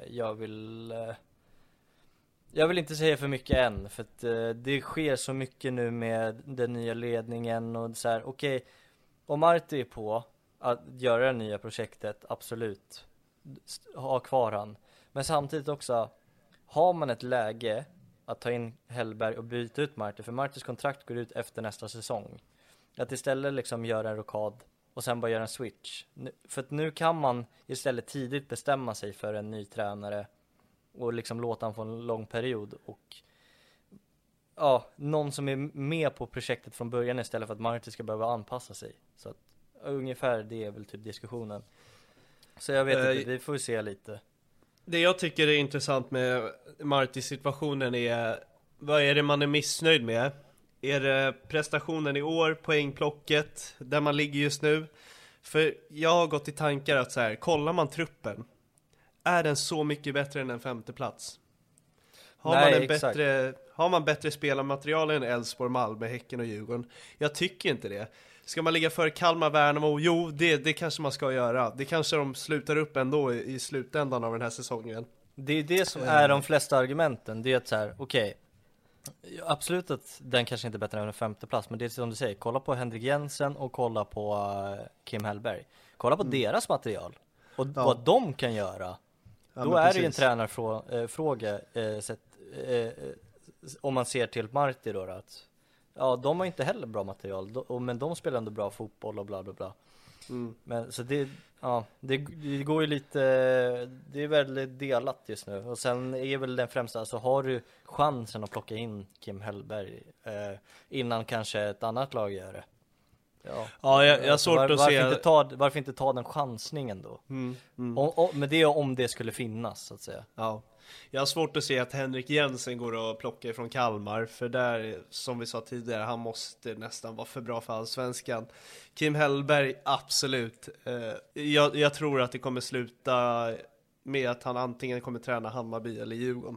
Jag vill inte säga för mycket än. För att det sker så mycket nu med den nya ledningen. Och så här, okej, om Marti är på att göra det nya projektet, absolut. Ha kvar han. Men samtidigt också, har man ett läge att ta in Hellberg och byta ut Marti, för Martis kontrakt går ut efter nästa säsong. Att istället liksom göra en rokad och sen bara göra en switch. För att nu kan man istället tidigt bestämma sig för en ny tränare och liksom låta han få en lång period. Och ja, någon som är med på projektet från början istället för att Marti ska behöva anpassa sig. Så att ungefär det är väl typ diskussionen. Så jag vet inte, vi får se lite. Det jag tycker är intressant med Marti-situationen är, vad är det man är missnöjd med? Är det prestationen i år, poängplocket, där man ligger just nu? För jag har gått i tankar att så här, kollar man truppen, är den så mycket bättre än en 5:e plats? Har man bättre spelarmaterial än Elfsborg, Malmö, Häcken och Djurgården? Jag tycker inte det. Ska man ligga för Kalmar, Värnamo? Jo, det kanske man ska göra. Det kanske de slutar upp ändå i slutändan av den här säsongen. Det är det som är de flesta argumenten. Det är att så här, okej, absolut att den kanske inte är bättre än en 5:e plats. Men det är som du säger, kolla på Henrik Jensen och kolla på Kim Hellberg. Kolla på deras material och vad de kan göra. Då är det ju en tränarfråga om man ser till Marti då, att ja, de har inte heller bra material, men de spelar ändå bra fotboll och bla bla bla. Men så det går ju lite, det är väldigt delat just nu. Och sen är väl den främsta, alltså har du chansen att plocka in Kim Hellberg innan kanske ett annat lag gör det. Ja, jag har svårt att se varför inte ta den chansningen då. Men det är om det skulle finnas så att säga. Ja. Jag har svårt att se att Henrik Jensen går och plockar ifrån Kalmar, för där, som vi sa tidigare, han måste nästan vara för bra för allsvenskan. Kim Hellberg, absolut. Jag tror att det kommer sluta med att han antingen kommer träna Hammarby eller Djurgården.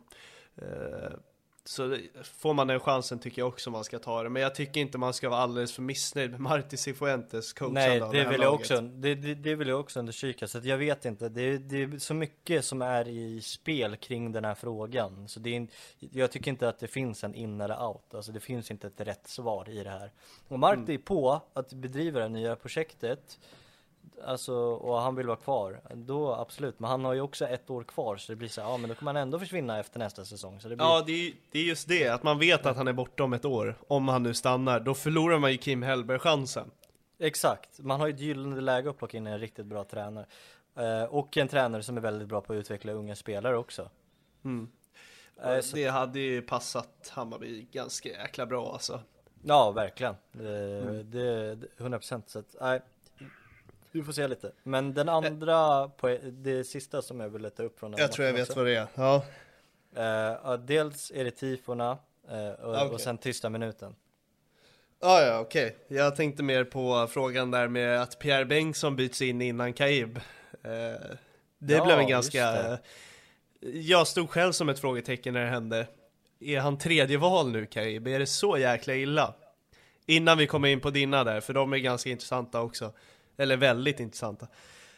Så får man den chansen tycker jag också man ska ta det. Men jag tycker inte man ska vara alldeles för missnöjd med Marti Cifuentes coachande. Nej, det vill jag också undersöka. Så att jag vet inte, det är så mycket som är i spel kring den här frågan. Så jag tycker inte att det finns en in eller out. Alltså det finns inte ett rätt svar i det här. Och Marti är på att bedriva det nya projektet, alltså, och han vill vara kvar, då absolut. Men han har ju också 1 år kvar, så det blir så här, men då kommer han ändå försvinna efter nästa säsong, så det blir... Ja, det är just det, att man vet att han är borta om 1 år. Om han nu stannar, då förlorar man ju Kim Hellberg chansen. Exakt, man har ju ett gyllene läge att plocka in en riktigt bra tränare. Och en tränare som är väldigt bra på att utveckla unga spelare också. Det hade ju passat Hammarby ganska jäkla bra alltså. Ja, verkligen. Det 100%. Så att, nej, vi får se lite. Men den andra, det sista som jag vill ta upp från den, jag tror jag vet vad det är. Ja. Dels är det tifona och sen tysta minuten. Ja, okej. Jag tänkte mer på frågan där med att Pierre Bengtsson byts in innan Kaib. Det blev en ganska... Jag stod själv som ett frågetecken när det hände. Är han 3:e val nu, Kaib? Är det så jäkla illa? Innan vi kommer in på dina där, för de är ganska intressanta också. Eller väldigt intressanta.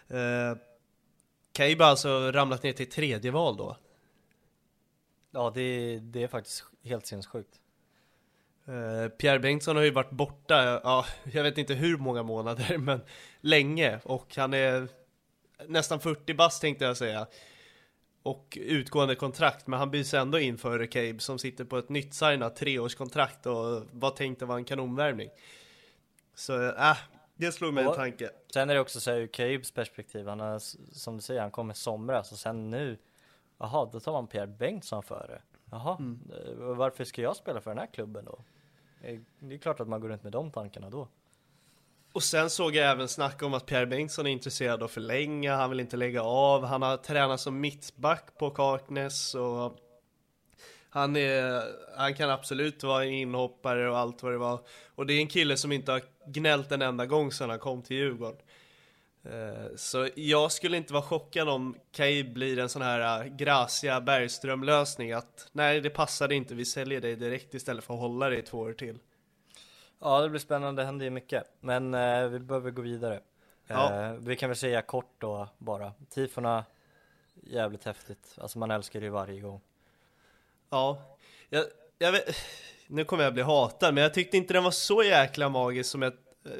Kaib har alltså ramlat ner till 3:e val då. Ja, det är faktiskt helt sinnessjukt. Pierre Bengtsson har ju varit borta, jag vet inte hur många månader, men länge. Och han är nästan 40 bast tänkte jag säga. Och utgående kontrakt, men han byts ändå in för Kaib som sitter på ett nytt signat 3-årskontrakt och var tänkt att vara en kanonvärvning. Så det slog mig en tanke. Sen är det också så här ur Kaibs perspektiv, han har, som du säger, han kommer somras och sen nu, då tar man Pierre Bengtsson före. Varför ska jag spela för den här klubben då? Det är klart att man går runt med de tankarna då. Och sen såg jag även snack om att Pierre Bengtsson är intresserad av att förlänga. Han vill inte lägga av. Han har tränat som mittback på Kaknäs. Och han kan absolut vara en inhoppare och allt vad det var. Och det är en kille som inte har gnällt en enda gång sedan han kom till Djurgården. Så jag skulle inte vara chockad om Kai blir en sån här Gracia Bergström-lösning. Att nej, det passade inte. Vi säljer dig direkt istället för att hålla dig 2 år till. Ja, det blir spännande, det händer ju mycket. Men vi behöver gå vidare. Vi kan väl säga kort då bara. Tifona, jävligt häftigt. Alltså man älskar det ju varje gång. Ja, jag vet, nu kommer jag bli hatad, men jag tyckte inte den var så jäkla magisk som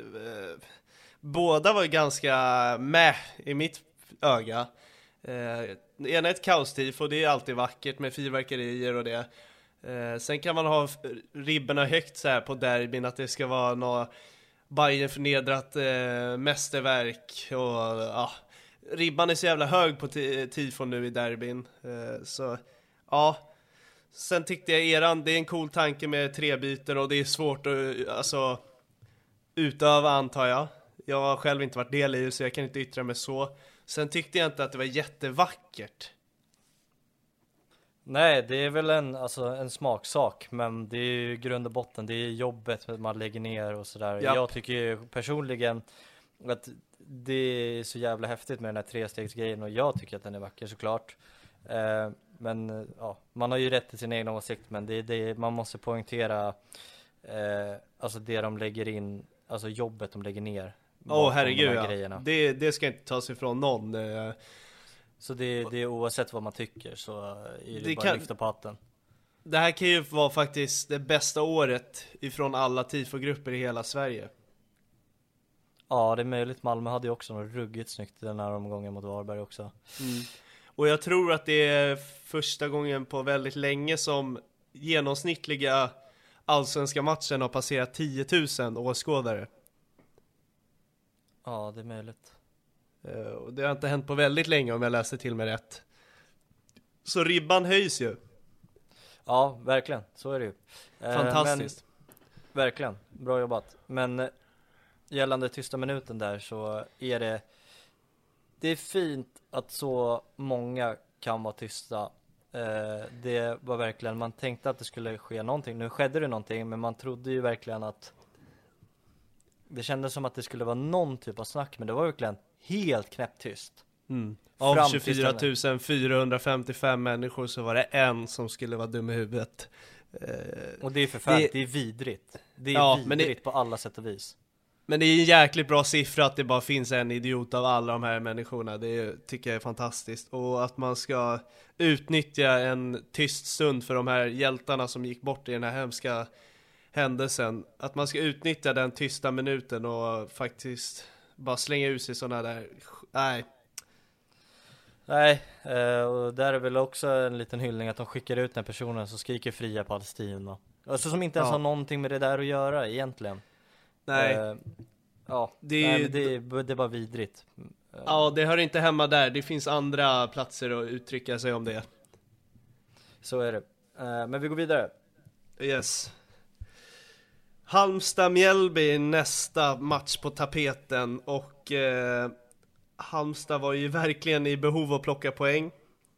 båda var ganska i mitt öga. Ena är ett kaostifo, det är alltid vackert med fyrverkerier och det. Sen kan man ha ribborna högt så här på derbyn, att det ska vara något Bayern förnedrat mästerverk och ja, ribban är så jävla hög på tifon nu i derbyn. Så ja, sen tyckte jag det är en cool tanke med 3 byten och det är svårt att utöva, antar jag. Jag har själv inte varit del i det så jag kan inte yttra mig så. Sen tyckte jag inte att det var jättevackert. Nej, det är väl en smaksak, men det är ju grund och botten, det är jobbet man lägger ner och sådär. Japp. Jag tycker ju personligen att det är så jävla häftigt med den här 3-stegsgrejen och jag tycker att den är vacker såklart. Men ja, man har ju rätt till sin egen åsikt, men man måste poängtera alltså det de lägger in, alltså jobbet de lägger ner. Herregud, ja. Det ska inte tas ifrån någon. Så det är oavsett vad man tycker så är det bara lyfta på hatten. Det här kan ju vara faktiskt det bästa året ifrån alla tifogrupper i hela Sverige. Ja, det är möjligt. Malmö hade ju också något ruggigt snyggt den här omgången mot Varberg också. Mm. Och jag tror att det är första gången på väldigt länge som genomsnittliga allsvenska matchen har passerat 10 000 åskådare. Ja, det är möjligt. Och det har inte hänt på väldigt länge om jag läser till mig rätt. Så ribban höjs ju. Ja, verkligen. Så är det ju. Fantastiskt. Men, verkligen. Bra jobbat. Men gällande tysta minuten där så är det är fint att så många kan vara tysta. Det var verkligen, man tänkte att det skulle ske någonting. Nu skedde det någonting, men man trodde ju verkligen att det kändes som att det skulle vara någon typ av snack, men det var verkligen helt knäpptyst. Av 24 455 människor så var det en som skulle vara dum i huvudet. Och det är förfärligt, det är vidrigt. Det är vidrigt på alla sätt och vis. Men det är en jäkligt bra siffra att det bara finns en idiot av alla de här människorna. Tycker jag är fantastiskt. Och att man ska utnyttja en tyst stund för de här hjältarna som gick bort i den här hemska händelsen. Att man ska utnyttja den tysta minuten och faktiskt bara slänga ut sig sådana där. Nej, och där är väl också en liten hyllning att de skickar ut den personen som skriker fria Palestina. Alltså som inte ens har någonting med det där att göra egentligen. Nej. Det är bara vidrigt. Ja, det hör inte hemma där. Det finns andra platser att uttrycka sig om det. Så är det. Men vi går vidare. Yes. Halmstad-Mjällby nästa match på tapeten. Och Halmstad var ju verkligen i behov av att plocka poäng.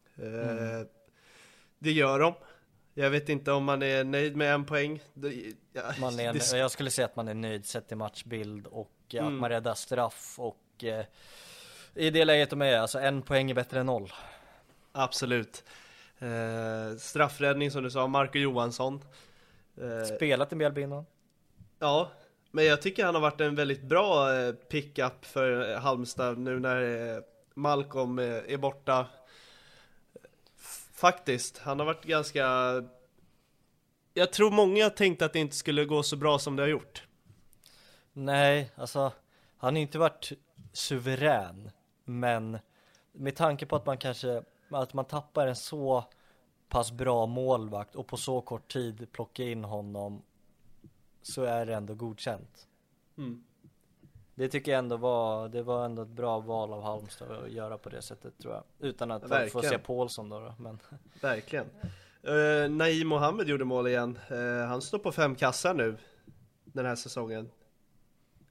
Det gör de. Jag vet inte om man är nöjd med 1 poäng. Jag skulle säga att man är nöjd sett till matchbild och att man räddar straff. Och i det läget de är, alltså 1 poäng är bättre än 0. Absolut. Straffräddning som du sa, Marco Johansson. Spelat i Mjällby innan. Ja, men jag tycker han har varit en väldigt bra pick-up för Halmstad nu när Malcolm är borta. Faktiskt, han har varit ganska... Jag tror många tänkte att det inte skulle gå så bra som det har gjort. Nej, alltså han har inte varit suverän. Men med tanke på att man tappar en så pass bra målvakt och på så kort tid plocka in honom, så är det ändå godkänt. Det tycker jag ändå var ändå ett bra val av Halmstad att göra på det sättet, tror jag. Utan att få se Paulsson då. Men... Verkligen. Naim Mohammed gjorde mål igen. Han står på 5 kassar nu den här säsongen.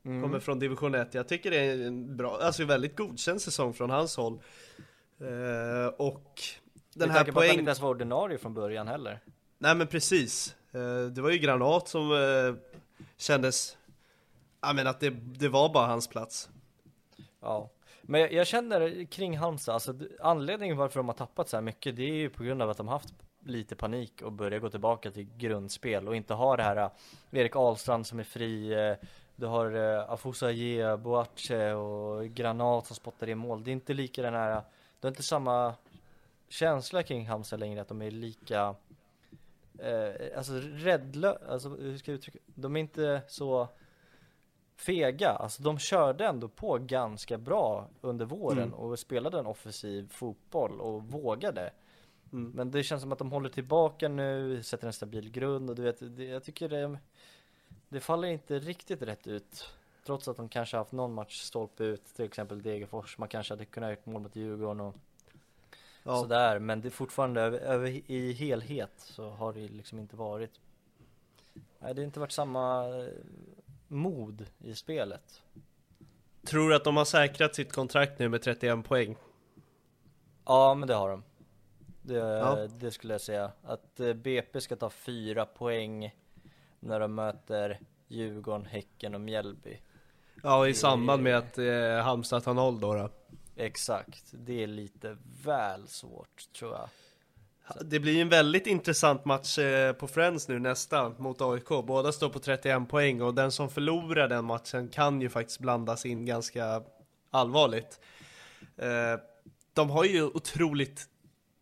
Kommer från division 1. Jag tycker det är en bra, alltså väldigt godkänd säsong från hans håll. Och den här poängen... att han inte ens var ordinarie från början heller. Nej men precis. Det var ju Granat som kändes... Ja men att det var bara hans plats. Ja. Men jag känner kring Halmstad, alltså anledningen varför de har tappat så här mycket, det är ju på grund av att de har haft lite panik och börjar gå tillbaka till grundspel och inte ha det här Erik Ahlstrand som är fri, du har Afusaye, Boache och Granat som spottar i mål. Det är inte lika den här, det är inte samma känsla kring Halmstad längre, att de är lika alltså alltså hur ska jag uttrycka, de är inte så fega, alltså de körde ändå på ganska bra under våren och spelade en offensiv fotboll och vågade. Men det känns som att de håller tillbaka nu, sätter en stabil grund och du vet, jag tycker det faller inte riktigt rätt ut, trots att de kanske haft någon match stolpe ut, till exempel Degerfors, man kanske hade kunnat göra mål mot Djurgården och sådär, men det är fortfarande i helhet så har det liksom inte varit, nej, det har inte varit samma mod i spelet. Tror du att de har säkrat sitt kontrakt nu med 31 poäng? Ja, men det har de. Det skulle jag säga. Att BP ska ta 4 poäng när de möter Djurgården, Häcken och Mjällby. Ja, i samband med att Halmstad tar 0 då. Exakt. Det är lite väl svårt, tror jag. Det blir en väldigt intressant match på Friends nu nästa mot AIK. Båda står på 31 poäng och den som förlorar den matchen kan ju faktiskt blandas in ganska allvarligt. De har ju otroligt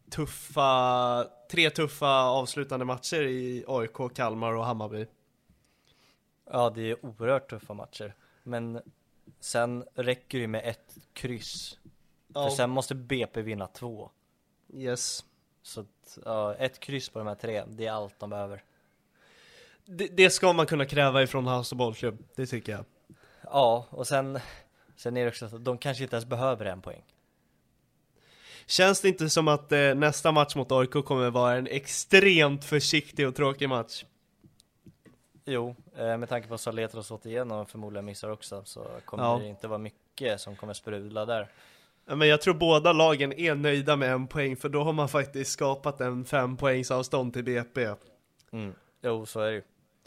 tre tuffa avslutande matcher i AIK, Kalmar och Hammarby. Ja, det är oerhört tuffa matcher. Men sen räcker det med ett kryss. För sen måste BP vinna 2. Yes. Så ett kryss på de här 3, det är allt de behöver. Det ska man kunna kräva ifrån Halmstad bollklubb, det tycker jag. Ja, och sen är det också att de kanske inte ens behöver en poäng. Känns det inte som att nästa match mot AIK kommer vara en extremt försiktig och tråkig match? Jo, med tanke på att Saletros åt igenom och förmodligen missar också, så kommer det inte vara mycket som kommer sprudla där. Men jag tror båda lagen är nöjda med en poäng, för då har man faktiskt skapat en 5 poängs avstånd till BP. Jo, så är det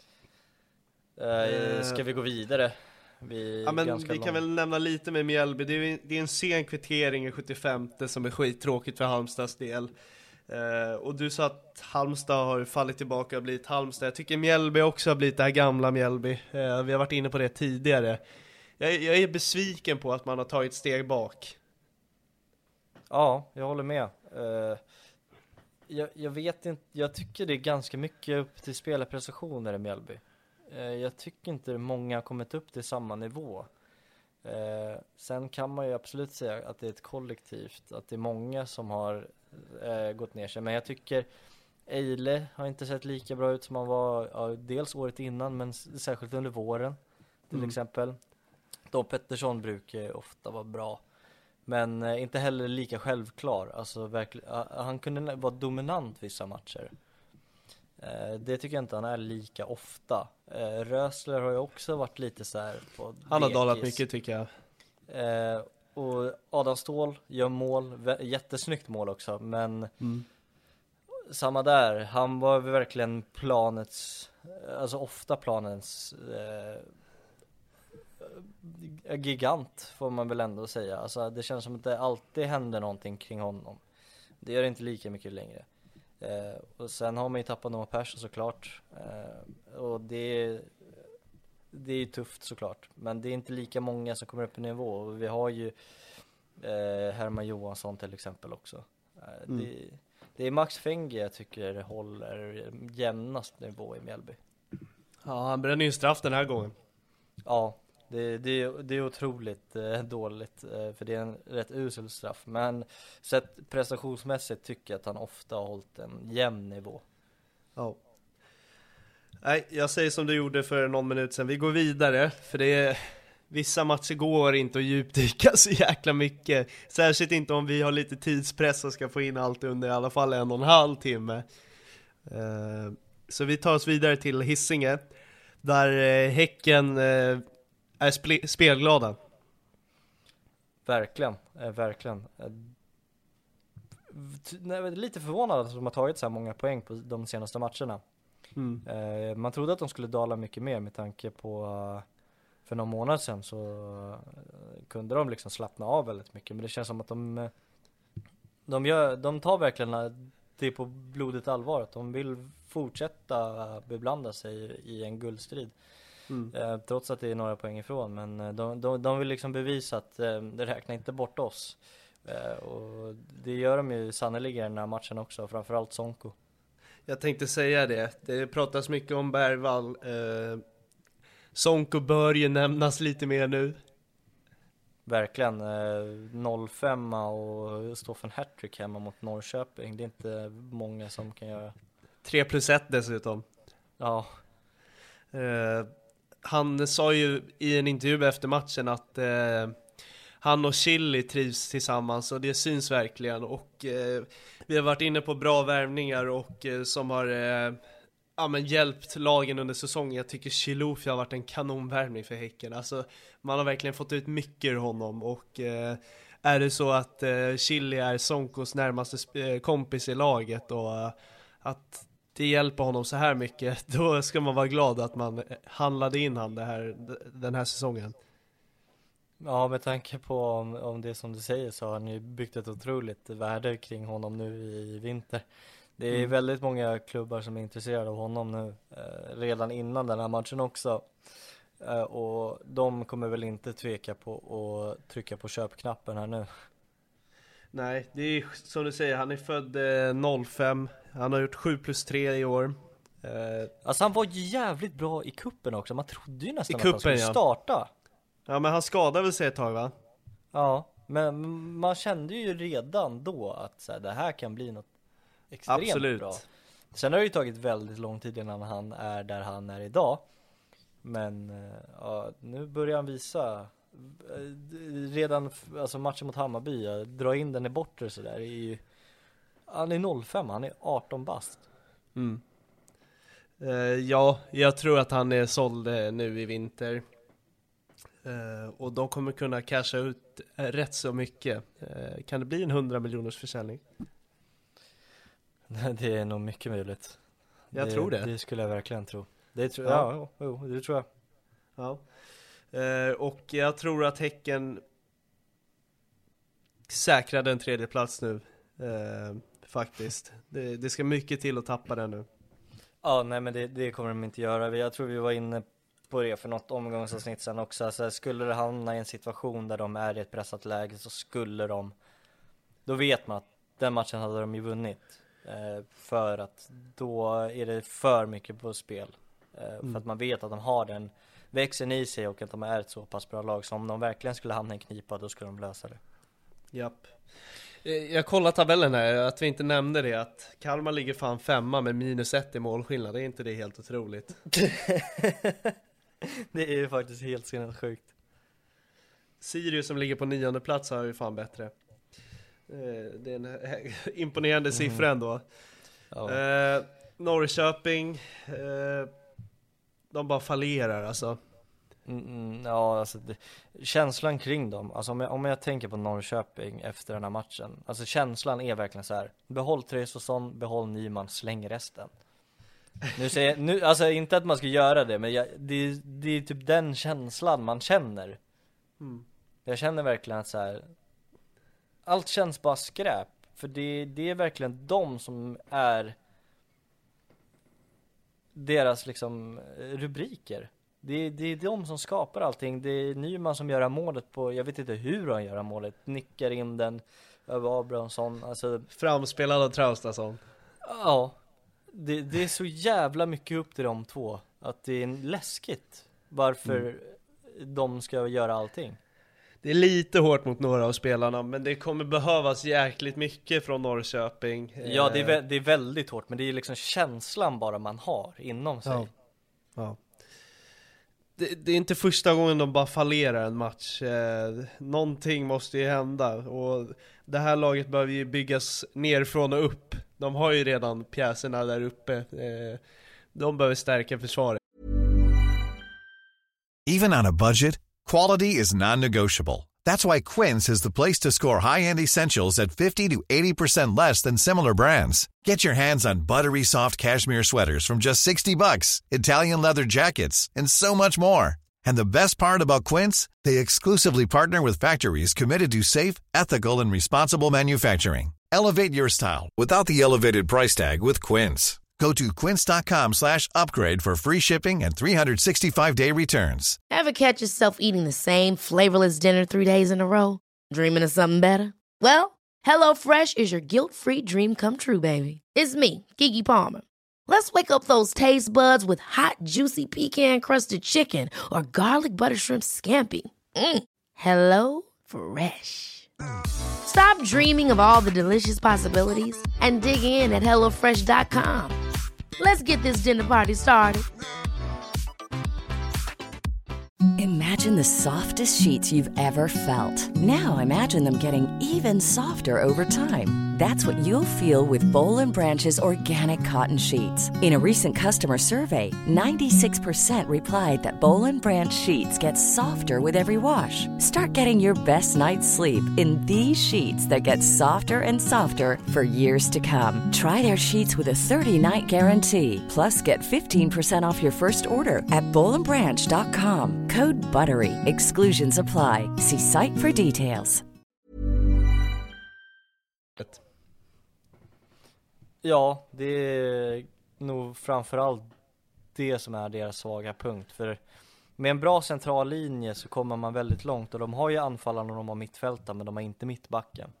ju. Ska vi gå vidare? Vi kan väl nämna lite med Mjällby. Det är en sen kvittering i 75 som är skittråkigt för Halmstads del. Och du sa att Halmstad har fallit tillbaka och blivit Halmstad. Jag tycker Mjällby också har blivit det här gamla Mjällby. Vi har varit inne på det tidigare. Jag är besviken på att man har tagit steg bak. Ja, jag håller med. Jag vet inte, jag tycker det är ganska mycket upp till spelarprestationer i Mjällby. Jag tycker inte många har kommit upp till samma nivå. Sen kan man ju absolut säga att det är ett kollektivt, att det är många som har gått ner sig. Men jag tycker Eile har inte sett lika bra ut som han var dels året innan, men särskilt under våren till exempel. Då Pettersson brukar ofta vara bra, men inte heller lika självklar. Alltså verkligen, han kunde vara dominant vissa matcher. Det tycker jag inte han är lika ofta. Rösler har ju också varit lite så här på han har dalat mycket, tycker jag. Och Adam Ståhl gör mål, jättesnyggt mål också, men samma där, han var verkligen ofta planens gigant, får man väl ändå säga. Alltså det känns som att det alltid händer någonting kring honom. Det gör inte lika mycket längre. Och sen har man ju tappat Noah Persson såklart, och det är tufft såklart, men det är inte lika många som kommer upp i nivå. Och vi har ju Herman Johansson till exempel också. Det är Max Fengi jag tycker håller jämnast nivå i Mjällby. Ja, han bränner ju straff den här gången. Ja, det är otroligt dåligt, för det är en rätt usel straff. Men sett prestationsmässigt tycker jag att han ofta har hållit en jämn nivå. Ja. Nej, jag säger som du gjorde för någon minut sedan. Vi går vidare, för vissa matcher går inte att djupdyka så jäkla mycket. Särskilt inte om vi har lite tidspress och ska få in allt under i alla fall 1,5 timme. Så vi tar oss vidare till Hisingen, där Häcken är spelglada. Verkligen. Lite förvånad att de har tagit så här många poäng på de senaste matcherna. Man trodde att de skulle dala mycket mer med tanke på för någon månad sedan så kunde de liksom slappna av väldigt mycket. Men det känns som att de tar verkligen det på blodigt allvar. Att de vill fortsätta beblanda sig i en guldstrid. Trots att det är några poäng ifrån. Men de vill liksom bevisa att det räknar inte bort oss. Och det gör de ju sannolikt i den här matchen också. Framförallt Sonko. Jag tänkte säga det. Det pratas mycket om Bergvall. Sonko bör ju nämnas lite mer nu. Verkligen. 0-5 och stå för en hattrick hemma mot Norrköping. Det är inte många som kan göra. 3+1 dessutom. Ja. Han sa ju i en intervju efter matchen att han och Chili trivs tillsammans och det syns verkligen. Och vi har varit inne på bra värvningar och som har hjälpt lagen under säsongen. Jag tycker Chilufi har varit en kanonvärvning för Häcken. Alltså, man har verkligen fått ut mycket ur honom. Och är det så att Chili är Sonkos närmaste kompis i laget och att det hjälper honom så här mycket, då ska man vara glad att man handlade in han den här säsongen. Ja, med tanke på om det som du säger så har han ju byggt ett otroligt värde kring honom nu i vinter. Det är väldigt många klubbar som är intresserade av honom nu, redan innan den här matchen också. Och de kommer väl inte tveka på att trycka på köpknappen här nu. Nej, det är som du säger, han är född 05. Han har gjort 7+3 i år. Alltså han var jävligt bra i kuppen också. Man trodde ju nästan I kuppen, att han skulle starta. Ja, men han skadade väl sig ett tag, va? Ja, men man kände ju redan då att så här, det här kan bli något extremt Absolut. Bra. Sen har det ju tagit väldigt lång tid innan han är där han är idag. Men nu börjar han visa redan, alltså matchen mot Hammarby, dra in den i bortre så där är ju, han är 05, han är 18 bast. Ja, jag tror att han är såld nu i vinter. Och de kommer kunna casha ut rätt så mycket. Kan det bli en 100 miljoners försäljning? Det är nog mycket möjligt. Jag tror det. Det skulle jag verkligen tro. Det tror jag. Ja, det tror jag. Ja. Och jag tror att Häcken säkrade en 3:e plats nu. Faktiskt. Det ska mycket till att tappa den nu. Ja, nej men det kommer de inte göra. Jag tror vi var inne på det för något omgångsavsnitt sen också. Alltså, skulle det hamna i en situation där de är i ett pressat läge så skulle de, då vet man att den matchen hade de ju vunnit. För att då är det för mycket på spel. För att man vet att de har den växeln i sig och att de är ett så pass bra lag. Så om de verkligen skulle hamna i en knipa, då skulle de lösa det. Japp. Jag kollar tabellen här, att vi inte nämnde det, att Kalmar ligger fan 5 med -1 i målskillnad. Det är inte det helt otroligt? Det är ju faktiskt helt sinnessjukt. Sirius som ligger på 9:e plats har ju fan bättre. Det är en imponerande siffra ändå. Ja. Norrköping, de bara fallerar alltså. Ja, alltså känslan kring dem, alltså om jag tänker på Norrköping efter den här matchen, alltså känslan är verkligen så här: behåll Traustason, behåll Nyman, släng resten. Nu alltså inte att man ska göra det, men det är typ den känslan man känner. Jag känner verkligen att så här, allt känns bara skräp, för det är verkligen de som är deras liksom rubriker. Det är de som skapar allting. Det är Nyman som gör målet på, jag vet inte hur han gör målet, nickar in den över Abrahamsson, alltså framspelad av Traustason. Ja, det är så jävla mycket upp till de två att det är läskigt varför de ska göra allting. Det är lite hårt mot några av spelarna, men det kommer behövas jäkligt mycket från Norrköping. Ja, det är väldigt hårt, men det är liksom känslan bara man har inom sig. Ja. Det är inte första gången de bara fallerar en match. Någonting måste ju hända, och det här laget behöver ju byggas nerifrån och upp. De har ju redan pjäserna där uppe. De behöver stärka försvaret. Even on a budget, Quality is non-negotiable. That's why Quince is the place to score high-end essentials at 50 to 80% less than similar brands. Get your hands on buttery soft cashmere sweaters from just $60, Italian leather jackets, and so much more. And the best part about Quince, they exclusively partner with factories committed to safe, ethical, and responsible manufacturing. Elevate your style without the elevated price tag with Quince. Go to quince.com/upgrade for free shipping and 365-day returns. Ever catch yourself eating the same flavorless dinner 3 days in a row? Dreaming of something better? Well, HelloFresh is your guilt-free dream come true, baby. It's me, Keke Palmer. Let's wake up those taste buds with hot, juicy pecan-crusted chicken or garlic butter shrimp scampi. Hello Fresh. Stop dreaming of all the delicious possibilities and dig in at HelloFresh.com. Let's get this dinner party started. Imagine the softest sheets you've ever felt. Now imagine them getting even softer over time. That's what you'll feel with Boll & Branch's organic cotton sheets. In a recent customer survey, 96% replied that Boll & Branch sheets get softer with every wash. Start getting your best night's sleep in these sheets that get softer and softer for years to come. Try their sheets with a 30-night guarantee. Plus, get 15% off your first order at bollandbranch.com. Code BUTTERY. Exclusions apply. See site for details. Ja, det är nog framförallt det som är deras svaga punkt. För med en bra central linje så kommer man väldigt långt. Och de har ju anfallarna och de har mittfältare, men de har inte mittbacken.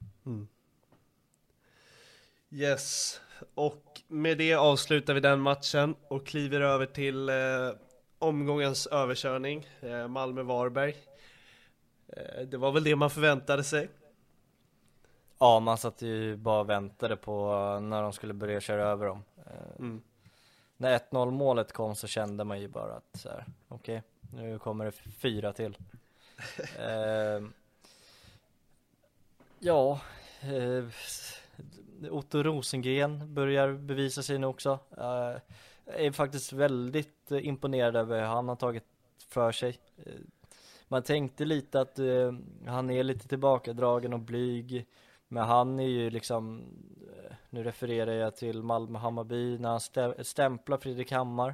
Yes, och med det avslutar vi den matchen och kliver över till omgångens överkörning, Malmö-Varberg. Det var väl det man förväntade sig. Ja, man satt ju bara och väntade på när de skulle börja köra över dem. När 1-0 målet kom så kände man ju bara att så här, okej, nu kommer det 4 till. Otto Rosengren börjar bevisa sig nu också. Är faktiskt väldigt imponerad över hur han har tagit för sig. Man tänkte lite att han är lite tillbakadragen och blyg. Men han är ju liksom, nu refererar jag till Malmö-Hammarby när han stämplar Fredrik Hammar.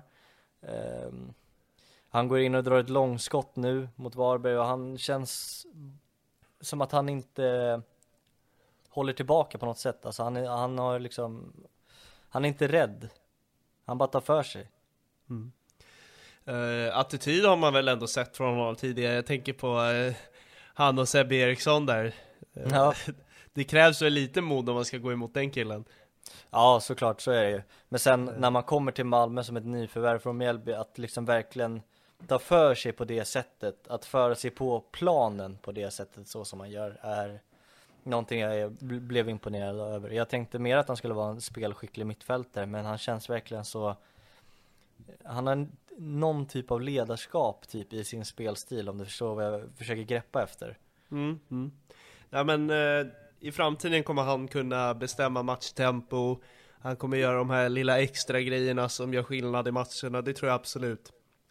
Han går in och drar ett långskott nu mot Varberg och han känns som att han inte håller tillbaka på något sätt. Alltså han har liksom, han är inte rädd. Han bara tar för sig. Attityd har man väl ändå sett från honom tidigare. Jag tänker på han och Sebbe Eriksson där. Ja. Det krävs väl lite mod om man ska gå emot den killen. Ja, såklart, så är det ju. Men sen när man kommer till Malmö som ett nyförvärv från Mjällby, att liksom verkligen ta för sig på det sättet, att föra sig på planen på det sättet så som man gör, är någonting jag blev imponerad över. Jag tänkte mer att han skulle vara en spelskicklig mittfältare, men han känns verkligen så, han har någon typ av ledarskap typ i sin spelstil, om du förstår vad jag försöker greppa efter. Ja, men i framtiden kommer han kunna bestämma matchtempo. Han kommer göra de här lilla extra grejerna som gör skillnad i matcherna. Det tror jag absolut.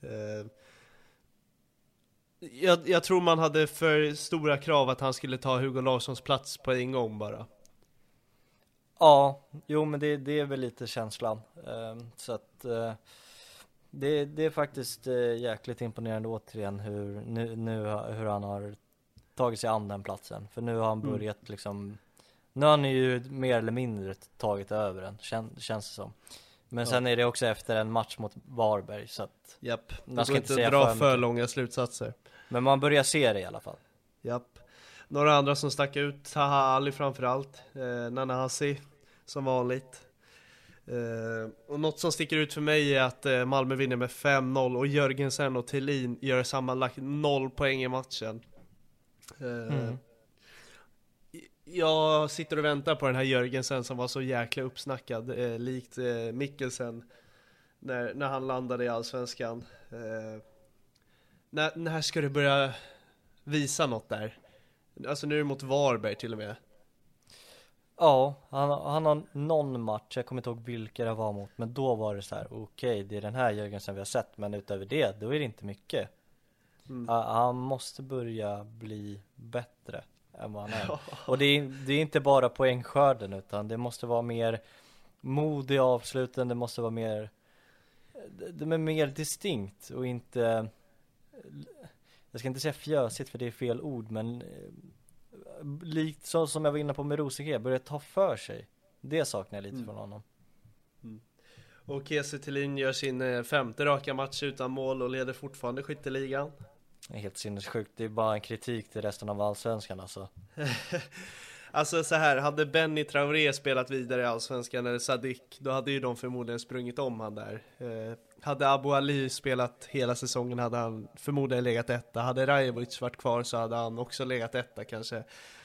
Jag tror man hade för stora krav att han skulle ta Hugo Larssons plats på en gång bara. Ja, jo, men det är väl lite känslan. Så att det är faktiskt jäkligt imponerande återigen hur han har tagit sig an den platsen. För nu har han börjat liksom, nu har han ju mer eller mindre tagit över den, känns det som. Men sen är det också efter en match mot Varberg, så att man ska inte dra för långa slutsatser. Men man börjar se det i alla fall. Några andra som stack ut, Taha Ali framförallt, Nana Hassi som vanligt. Och något som sticker ut för mig är att Malmö vinner med 5-0 och Jörgensen och Thelin gör sammanlagt 0 poäng i matchen. Jag sitter och väntar på den här Jörgensen som var så jäkla uppsnackad, likt Mikkelsen när han landade i Allsvenskan. När ska du börja visa något där? Alltså nu är det mot Varberg till och med. Ja, han har någon match, jag kommer inte ihåg vilka det var mot, men då var det så här: okej, det är den här Jörgensen vi har sett, men utöver det, då är det inte mycket. Han måste börja bli bättre än vad han är. Och det är inte bara poängskörden, utan det måste vara mer mod i avsluten, det måste vara mer, det är mer distinkt och inte, jag ska inte säga fjösigt för det är fel ord, men likt så som jag var inne på med Rosengren, börja ta för sig. Det saknar jag lite från honom. Och Kiese Thelin gör sin 5:e raka match utan mål och leder fortfarande skytteligan. Det är helt sinnessjukt, det är bara en kritik till resten av allsvenskan alltså. Alltså så här, hade Benny Traoré spelat vidare i allsvenskan eller Sadik, då hade ju de förmodligen sprungit om han där. Hade Abu Ali spelat hela säsongen hade han förmodligen legat etta. Hade Rajovic varit kvar så hade han också legat etta kanske.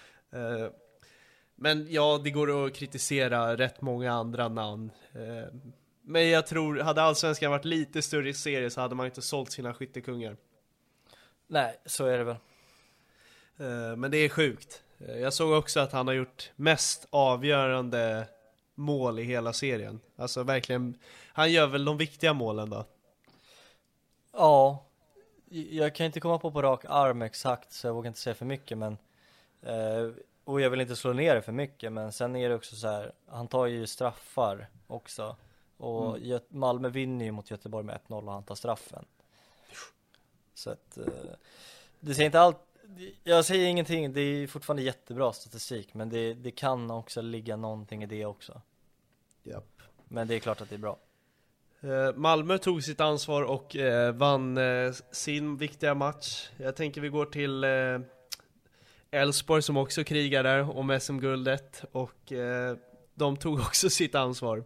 Men ja, det går att kritisera rätt många andra namn. Men jag tror, hade allsvenskan varit lite större serie så hade man inte sålt sina skyttekungar. Nej, så är det väl. Men det är sjukt. Jag såg också att han har gjort mest avgörande mål i hela serien. Alltså verkligen, han gör väl de viktiga målen då? Ja, jag kan inte komma på rak arm exakt så jag vågar inte säga för mycket, men och jag vill inte slå ner det för mycket, men sen är det också så här, han tar ju straffar också och Malmö vinner ju mot Göteborg med 1-0 och han tar straffen. Så att det säger inte allt. Jag säger ingenting, det är fortfarande jättebra statistik, men det kan också ligga någonting i det också. Japp. Men det är klart att det är bra. Malmö tog sitt ansvar och vann sin viktiga match. Jag tänker vi går till Elfsborg som också krigar där om SM-guldet och de tog också sitt ansvar.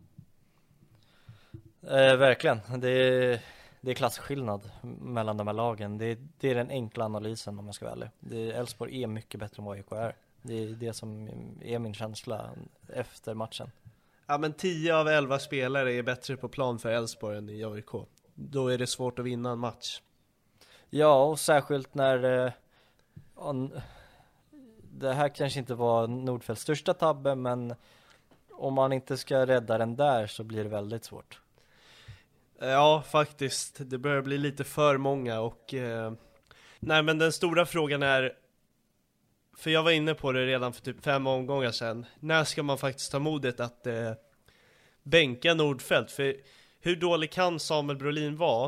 Verkligen, det är klassskillnad mellan de här lagen. Det är den enkla analysen om jag ska vara ärlig. Elfsborg är mycket bättre än vad AIK är. Det är det som är min känsla efter matchen. Ja, men 10 av 11 spelare är bättre på plan för Elfsborg än i AIK. Då är det svårt att vinna en match. Ja, och särskilt när det här kanske inte var Nordfeldts största tabbe, men om man inte ska rädda den där så blir det väldigt svårt. Ja, faktiskt. Det börjar bli lite för många och nej, men den stora frågan är, för jag var inne på det redan för typ 5 omgångar sedan, när ska man faktiskt ta modet att bänka Nordfeldt? För hur dålig kan Samuel Brolin vara?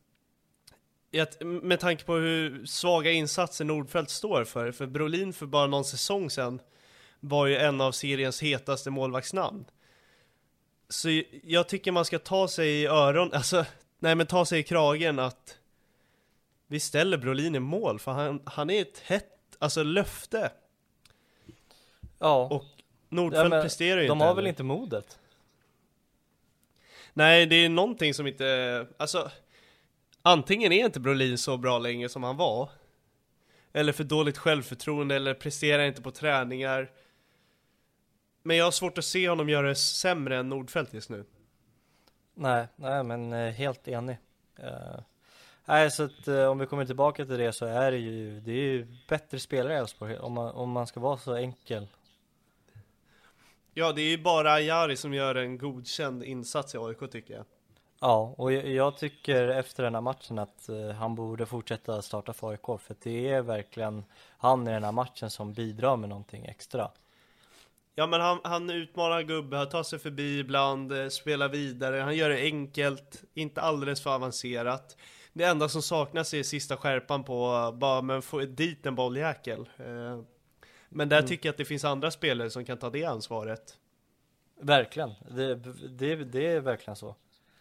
Med tanke på hur svaga insatser Nordfeldt står för Brolin för bara någon säsong sedan var ju en av seriens hetaste målvaktsnamn. Så jag tycker man ska ta sig i ta sig i kragen att vi ställer Brolin i mål, för han är ett hett löfte. Ja. Och Nordfeldt presterar ju inte. De har väl inte modet? Nej, det är någonting som inte, antingen är inte Brolin så bra längre som han var, eller för dåligt självförtroende, eller presterar inte på träningar. Men jag har svårt att se honom göra det sämre än Nordfeldt just nu. Nej, men helt enig. Nej, så att om vi kommer tillbaka till det så är det är bättre spelare i Elfsborg om man ska vara så enkel. Ja, det är ju bara Ajari som gör en godkänd insats i AIK, tycker jag. Ja, och jag tycker efter den här matchen att han borde fortsätta starta för AIK, för det är verkligen han i den här matchen som bidrar med någonting extra. Ja, men han utmanar gubbe, han tar sig förbi ibland, spelar vidare, han gör det enkelt, inte alldeles för avancerat. Det enda som saknas är sista skärpan på bara få dit en bolljäkel. Men där tycker jag att det finns andra spelare som kan ta det ansvaret. Verkligen, det är verkligen så.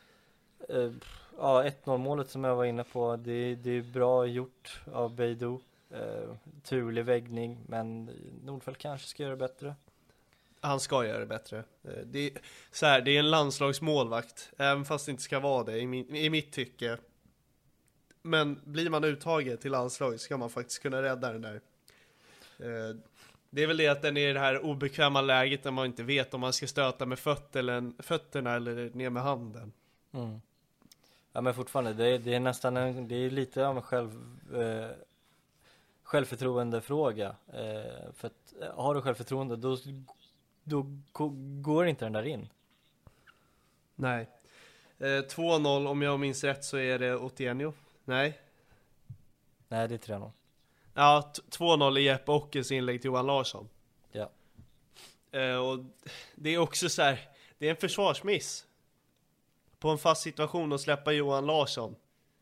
Ja, 1-0 målet som jag var inne på, det är bra gjort av Beidou. Turlig väggning, men Nordfeldt kanske ska göra det bättre. Han ska göra det bättre. Det är en landslagsmålvakt, även fast det inte ska vara det i mitt tycke. Men blir man uttaget till landslaget ska man faktiskt kunna rädda den där. Det är väl det att den är i det här obekväma läget när man inte vet om man ska stöta med fötterna eller ner med handen. Mm. Ja, men fortfarande, det är nästan det är lite av en självförtroendefråga. För att har du självförtroende då går inte den där in. Nej. 2-0, om jag minns rätt så är det Otieno. Nej. Nej, det är 3-0. Ja, 2-0 i Jeppe Ockels inlägg till Johan Larsson. Ja. Och det är också så här, det är en försvarsmiss på en fast situation att släppa Johan Larsson.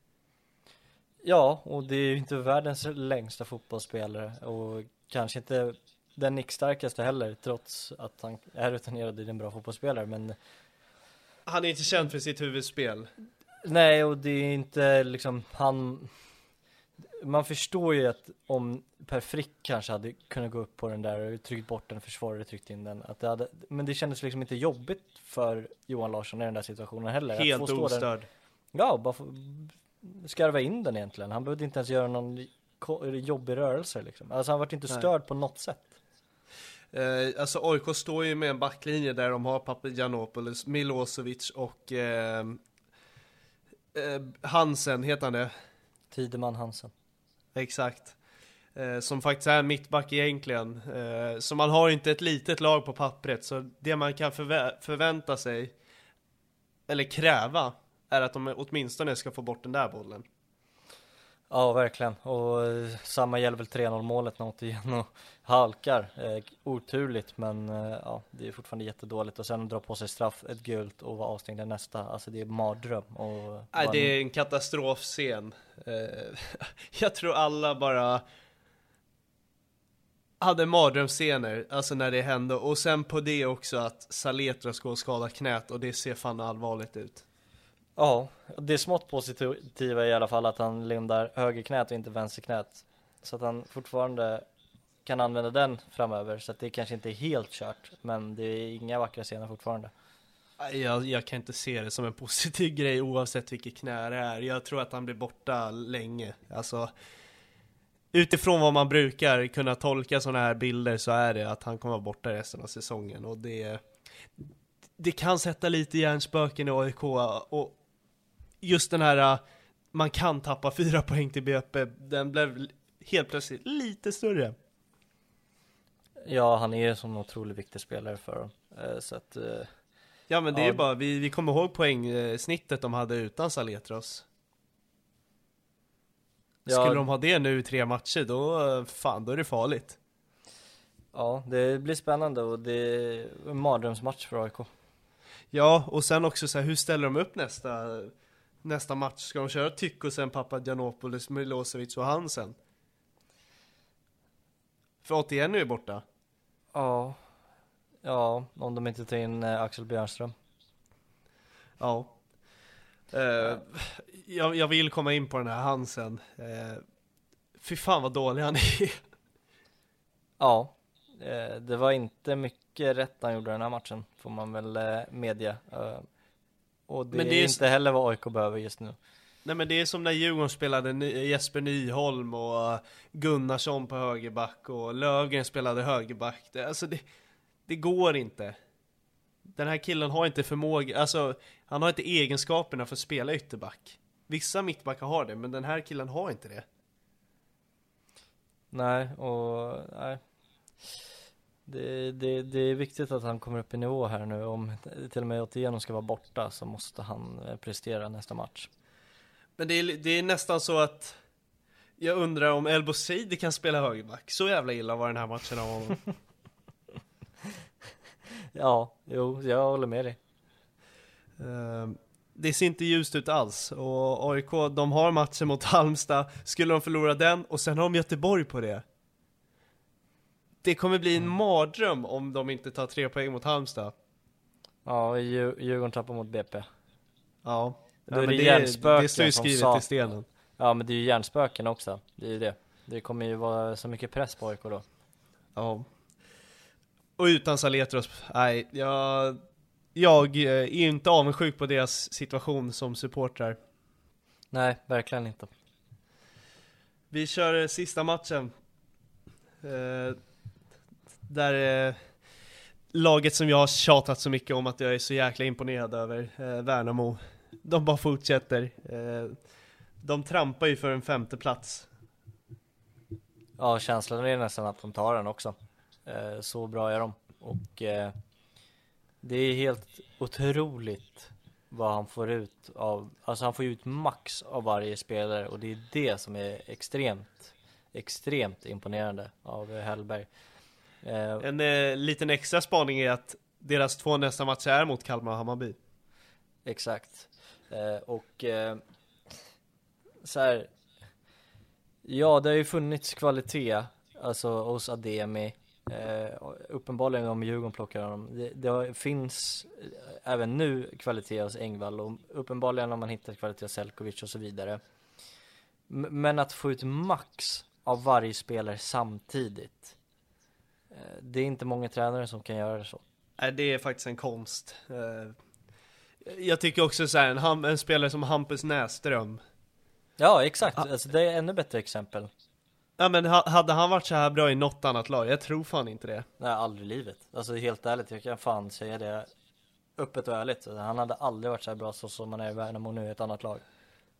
Ja, och det är ju inte världens längsta fotbollsspelare och kanske inte den nickstarkaste heller, trots att han är rutinerad i en bra fotbollsspelare, men han är inte känd för sitt huvudspel. Nej, och det är inte liksom man förstår ju att om Per Frick kanske hade kunnat gå upp på den där och tryckt bort den, försvarare tryckt in den, att det hade, men det kändes liksom inte jobbigt för Johan Larsson i den där situationen heller. Helt ostörd. Ja, bara skarva in den egentligen. Han behövde inte ens göra någon jobbig rörelse liksom. Alltså han var inte störd på något sätt. Alltså AIK står ju med en backlinje där de har Papagiannopoulos, Milosevic och Hansen, heter han det? Tideman Hansen. Exakt. Som faktiskt är mittback egentligen. Så man har inte ett litet lag på pappret. Så det man kan förvänta sig, eller kräva, är att de åtminstone ska få bort den där bollen. Ja, verkligen. Och samma gäller väl 3-0 målet när återigen och halkar. Oturligt, men ja, det är fortfarande jättedåligt. Och sen dra på sig straff, ett gult och vara avstängd nästa. Alltså det är mardröm. Nej, det är en katastrofscen. Jag tror alla bara hade mardrömscener, alltså när det hände. Och sen på det också att Saletros går och skada knät, och det ser fan allvarligt ut. Ja, det är smått positiva i alla fall att han lindar högerknät och inte vänsterknät. Så att han fortfarande kan använda den framöver. Så att det kanske inte är helt kört, men det är inga vackra scener fortfarande. Jag kan inte se det som en positiv grej oavsett vilket knä det är. Jag tror att han blir borta länge. Alltså, utifrån vad man brukar kunna tolka sådana här bilder, så är det att han kommer vara borta resten av säsongen. Och det kan sätta lite hjärnspöken i AIK. Och just den här, man kan tappa 4 poäng till BP, den blev helt plötsligt lite större. Ja, han är som en otroligt viktig spelare för dem. Så att, ja, men det är ju bara, vi kommer ihåg poängsnittet de hade utan Saletros. Skulle de ha det nu i 3 matcher, då är det farligt. Ja, det blir spännande och det är en mardrömsmatch för AIK. Ja, och sen också så här, hur ställer de upp nästa match? Ska de köra Tycko, sen Papagiannopoulos, Milosevic och Hansen? För 81 är ju borta. Ja, om de inte tar in Axel Björnström. Ja. Jag vill komma in på den här Hansen. Fy fan vad dålig han är. Ja, det var inte mycket rätt han gjorde den här matchen, får man väl medge. Och det är inte heller vad AIK behöver just nu. Nej, men det är som när Djurgården spelade Jesper Nyholm och Gunnarsson på högerback och Löfgren spelade högerback. Det går inte. Den här killen har inte förmåga, alltså han har inte egenskaperna för att spela ytterback. Vissa mittbackar har det, men den här killen har inte det. Nej. Det är viktigt att han kommer upp i nivå här nu. Om till och med Otieno ska vara borta, så måste han prestera nästa match. Men det är nästan så att jag undrar om El Bouzidi kan spela högerback. Så jävla illa var den här matchen av honom. Ja, jo, jag håller med dig. Det ser inte ljust ut alls. Och AIK, de har matchen mot Halmstad. Skulle de förlora den och sen har de Göteborg på det. Det kommer bli en mardröm om de inte tar 3 poäng mot Halmstad. Ja, Djurgården tappar mot BP. Ja, då är det hjärnspöken. Det står ju skrivet i stenen. Ja, men det är ju hjärnspöken också. Det är ju det. Det kommer ju vara så mycket press på AIK då. Ja. Och utan Saletros, nej, jag är inte avundsjuk på deras situation som supportrar. Nej, verkligen inte. Vi kör sista matchen. Där laget som jag har tjatat så mycket om att jag är så jäkla imponerad över, Värnamo. De bara fortsätter. De trampar ju för en 5:e plats. Ja, känslan är nästan att de tar den också. Så bra är de. Och det är helt otroligt vad han får ut av, alltså han får ut max av varje spelare, och det är det som är extremt imponerande av Hellberg. En liten extra spaning är att deras 2 nästa matcher är mot Kalmar och Hammarby. Exakt. Så här, ja, det har ju funnits kvalitet alltså hos Ademi. Uppenbarligen om Djurgården plockar honom. Det finns även nu kvalitet hos Engvall, och uppenbarligen om man hittar kvalitet hos Selkovic och så vidare. Men att få ut max av varje spelare samtidigt, det är inte många tränare som kan göra det så. Nej, det är faktiskt en konst. Jag tycker också så här, en spelare som Hampus Näsström. Ja, exakt. Alltså, det är ännu bättre exempel. Ja, men hade han varit så här bra i något annat lag? Jag tror fan inte det. Nej, aldrig i livet. Alltså helt ärligt, jag kan fan säga det öppet och ärligt. Han hade aldrig varit så här bra så som man är i Värnamo nu i ett annat lag.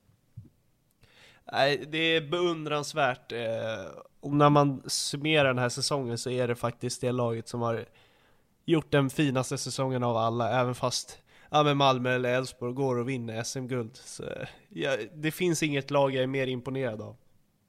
Nej, det är beundransvärt. Och när man summerar den här säsongen så är det faktiskt det laget som har gjort den finaste säsongen av alla. Även fast med Malmö eller Elfsborg går och vinner SM-guld. Så, det finns inget lag jag är mer imponerad av.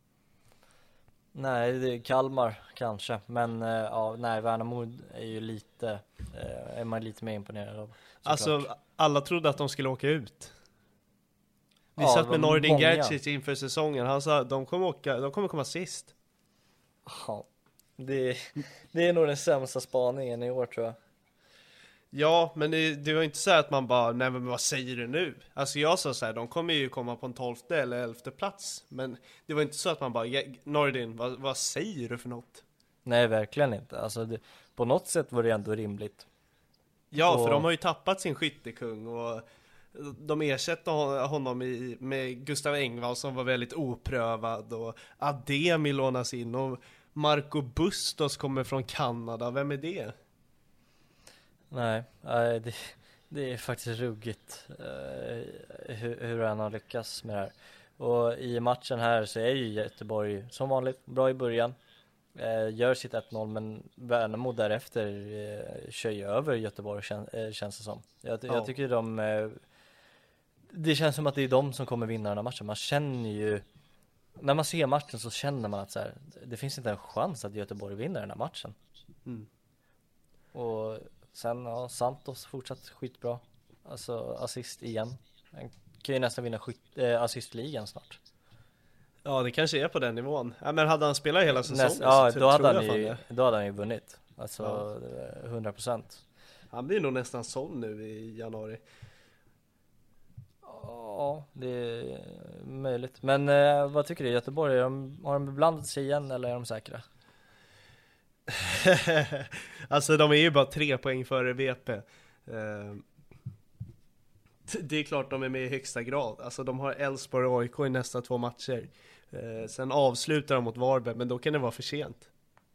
Nej, det är Kalmar kanske. Men Värnamo är ju lite är man lite mer imponerad av. Alltså, alla trodde att de skulle åka ut. Vi satt med Nordin Gerzic inför säsongen. Han sa att de kommer komma sist. Ja, det är nog den sämsta spaningen i år, tror jag. Ja, men det var inte så att man bara, nej men vad säger du nu? Alltså jag sa så här, de kommer ju komma på en 12:e eller 11:e plats. Men det var inte så att man bara, Nordin, vad säger du för något? Nej, verkligen inte. Alltså på något sätt var det ändå rimligt. Ja, för de har ju tappat sin skyttekung och de ersätter honom med Gustav Engvall som var väldigt oprövad, och Ademi lånas in, och Marco Bustos kommer från Kanada. Vem är det? Nej, det är faktiskt ruggigt hur han har lyckats med det här. Och i matchen här så är ju Göteborg som vanligt bra i början. Gör sitt 1-0, men Värnamo därefter kör ju över Göteborg, känns det som. Jag tycker det känns som att det är de som kommer vinna den här matchen. Man känner ju, när man ser matchen så känner man att så här, det finns inte en chans att Göteborg vinner den här matchen. Och sen Santos fortsatt skitbra. Alltså assist igen. Han kan ju nästan vinna assistligan snart. Ja, det kanske är på den nivån. Ja, men hade han spelat hela säsongen då hade han ju vunnit. Alltså 100%. Han blir nog nästan sån nu i januari. Ja, det är möjligt. Men vad tycker du? Göteborg, har de blandat sig igen eller är de säkra? Alltså de är ju bara 3 poäng före VP. Det är klart de är med i högsta grad. Alltså de har Elfsborg och AIK i nästa 2 matcher. Sen avslutar de mot Varberg, men då kan det vara för sent.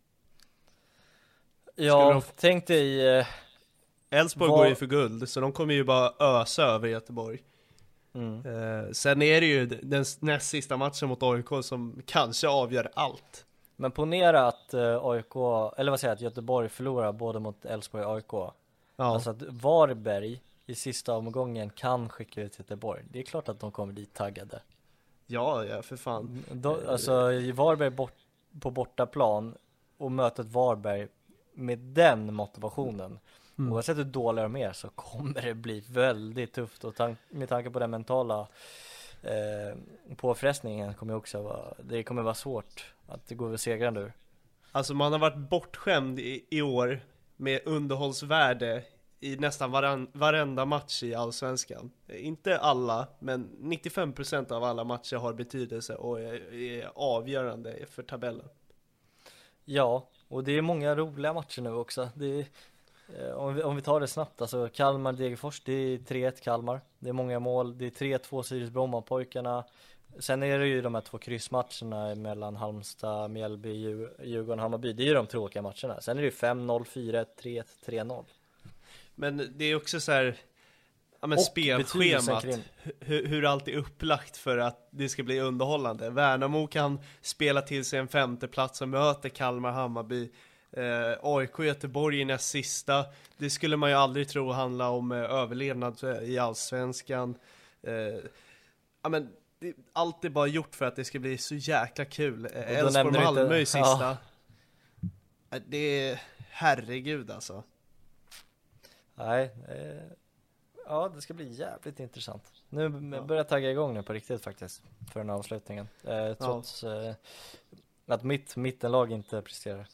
Ja, tänk dig Elfsborg går ju för guld, så de kommer ju bara ösa över Göteborg. Sen är det ju den näst sista matchen mot AIK som kanske avgör allt. Men ponera att att Göteborg förlorar både mot Elfsborg och AIK. Alltså att Varberg i sista omgången kan skicka ut Göteborg. Det är klart att de kommer dit taggade. Ja, för fan. Alltså i Varberg på bortaplan och mötet Varberg med den motivationen. Oavsett hur dåliga de är så kommer det bli väldigt tufft. Och med tanke på den mentala påfrestningen det kommer vara svårt att det går väl segrande ur. Alltså man har varit bortskämd i år med underhållsvärde i nästan varenda match i Allsvenskan. Inte alla, men 95% av alla matcher har betydelse och är avgörande för tabellen. Ja, och det är många roliga matcher nu också. Om vi tar det snabbt, alltså Kalmar-Degerfors, det är 3-1 Kalmar. Det är många mål, det är 3-2 Sirius-Bromma-pojkarna. Sen är det ju de här 2 kryssmatcherna mellan Halmstad, Mjällby, Djurgården, Hammarby. Det är ju de tråkiga matcherna. Sen är det ju 5-0, 4-1, 3-1, 3-0. Men det är också så här, spelschemat, hur allt är upplagt för att det ska bli underhållande. Värnamo kan spela till sig en 5:e plats och möter Kalmar, Hammarby. AIK Göteborg i näst sista. Det skulle man ju aldrig tro handla om överlevnad i allsvenskan. Ja, men allt är bara gjort för att det ska bli så jäkla kul. Elfsborg-Malmö i sista. Ja. Det är herregud alltså. Nej, ja, det ska bli jävligt intressant. Nu börjar jag tagga igång nu på riktigt faktiskt för den avslutningen. Trots att mitt mittenlag inte presterar.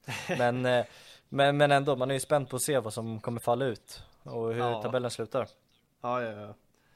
Men ändå, man är ju spänd på att se vad som kommer falla ut och hur tabellen slutar. Ja.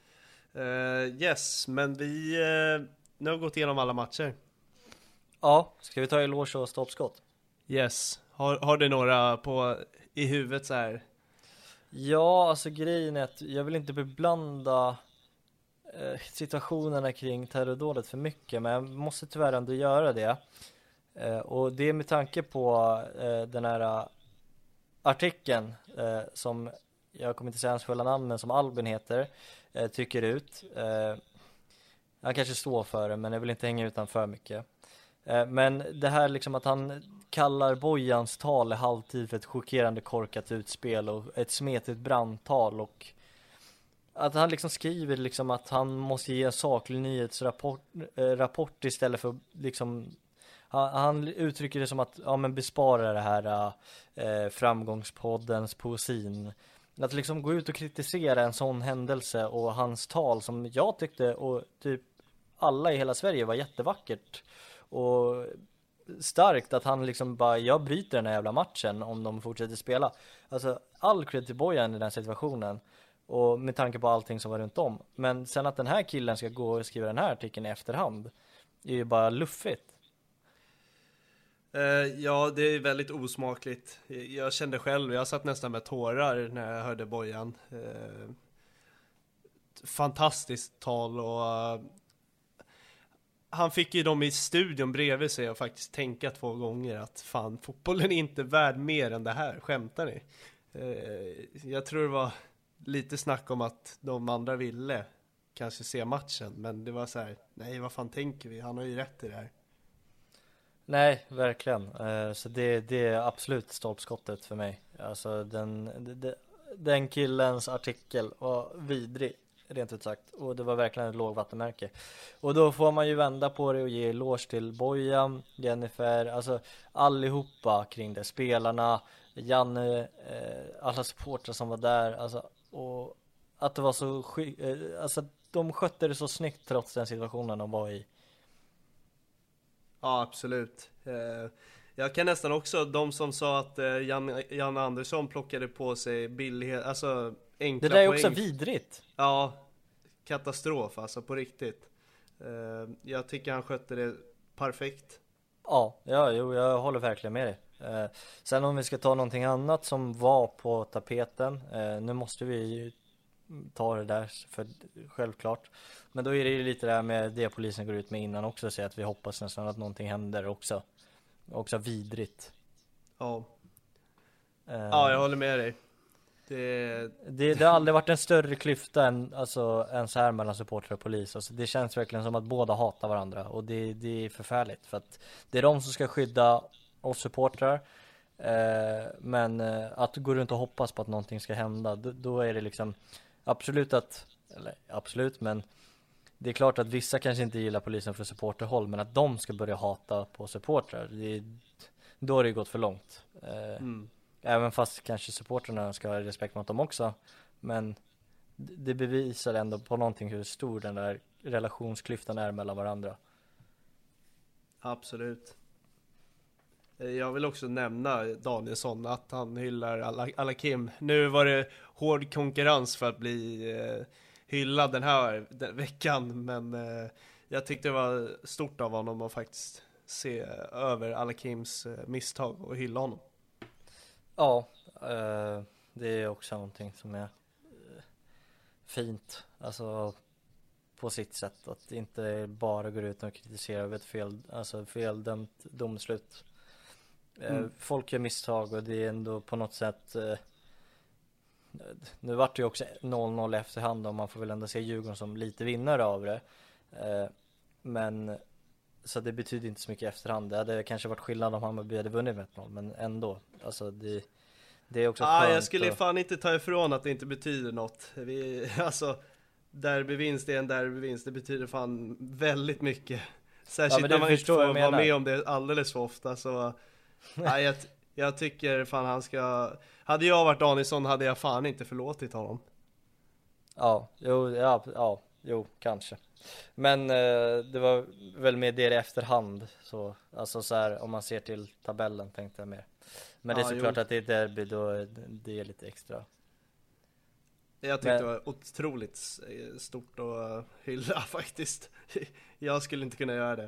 Yes, men vi nu har gått igenom alla matcher. Ja, ska vi ta eloge och stoppskott? Yes, har du några i huvudet så här? Ja, alltså grejen är att jag vill inte beblanda situationerna kring terrordådet för mycket, men jag måste tyvärr ändå göra det. Och det är med tanke på den här artikeln som jag kommer inte säga hans fulla namn, men som Albin heter, tycker ut. Han kanske står för det, men jag vill inte hänga utan för mycket. Men det här liksom att han kallar Bojans tal i halvtid för ett chockerande korkat utspel och ett smetigt brandtal, och att han liksom skriver liksom att han måste ge en saklig nyhetsrapport istället för liksom han uttrycker det som att bespara det här framgångspoddens poesin. Att liksom gå ut och kritisera en sån händelse och hans tal som jag tyckte och typ alla i hela Sverige var jättevackert och starkt, att han liksom bara, jag bryter den här jävla matchen om de fortsätter spela. Alltså all cred till Bojan i den situationen och med tanke på allting som var runt om. Men sen att den här killen ska gå och skriva den här artikeln i efterhand är ju bara luffigt. Ja, det är väldigt osmakligt. Jag kände själv, jag satt nästan med tårar när jag hörde Bojan. Fantastiskt tal och han fick ju dem i studion bredvid sig och faktiskt tänka 2 gånger att fan, fotbollen är inte värd mer än det här, skämtar ni? Jag tror det var lite snack om att de andra ville kanske se matchen, men det var så här, nej, vad fan tänker vi? Han har ju rätt i det här. Nej, verkligen. Så det är absolut stolpskottet för mig. Alltså den killens artikel var vidrig, rent ut sagt. Och det var verkligen ett lågvattenmärke. Och då får man ju vända på det och ge eloge till Bojan, Jennifer, alltså allihopa kring det. Spelarna, Janne, alla supportrar som var där. Alltså, och att det var så alltså de skötte det så snyggt trots den situationen de var i. Ja, absolut. Jag kan nästan också, de som sa att Jan Andersson plockade på sig billighet, alltså enkla det där är poäng. också vidrigt. Ja, katastrof alltså, på riktigt. Jag tycker han skötte det perfekt. Ja, jag håller verkligen med dig. Sen om vi ska ta någonting annat som var på tapeten, nu måste vi ju ta det där för självklart. Men då är det ju lite där med det polisen går ut med innan också, och säger att vi hoppas nästan att någonting händer också. Också vidrigt. Ja. Ja, jag håller med dig. Det har aldrig varit en större klyfta än så här mellan supportrar och polis. Alltså, det känns verkligen som att båda hatar varandra. Och det är förfärligt. För att det är de som ska skydda oss supportrar. Men att gå runt och hoppas på att någonting ska hända, då är det liksom absolut, men det är klart att vissa kanske inte gillar polisen för supporterhåll, men att de ska börja hata på supportrar, då har det gått för långt. Även fast kanske supporterna ska ha respekt mot dem också, men det bevisar ändå på någonting hur stor den där relationsklyftan är mellan varandra. Absolut. Jag vill också nämna Danielsson, att han hyllar Alakim. Nu var det hård konkurrens för att bli hyllad den här veckan, men jag tyckte det var stort av honom att faktiskt se över Alakims misstag och hylla honom. Ja, det är också någonting som är fint, alltså på sitt sätt, att inte bara gå ut och kritisera över ett feldömt domslut. Folk gör misstag och det är ändå på något sätt nu vart det ju också 0-0 efterhand, och man får väl ändå se Djurgården som lite vinnare av det, men så det betyder inte så mycket i efterhand. Det hade kanske varit skillnad om Hammarby hade vunnit med 1-0, men ändå. Alltså det är också skönt. Jag skulle fan inte ta ifrån att det inte betyder något. Alltså, derbyvinst är en derbyvinst. Det betyder fan väldigt mycket. Särskilt när man inte får vara med om det alldeles för ofta. Så jag tycker fan han ska... Hade jag varit Danielsson hade jag fan inte förlåtit honom. Jo, kanske. Men det var väl med det i efterhand. Så, alltså så här, om man ser till tabellen tänkte jag mer. Men det är såklart att det är derby, då det är lite extra. Jag tyckte det var otroligt stort att hylla faktiskt. Jag skulle inte kunna göra det.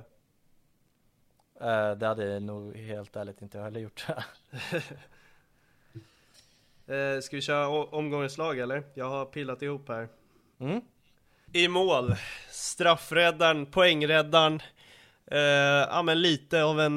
Det hade nog helt ärligt inte jag heller gjort. Ska vi köra omgångens lag eller? Jag har pillat ihop här. I mål, straffräddaren, poängräddaren. Men lite av en...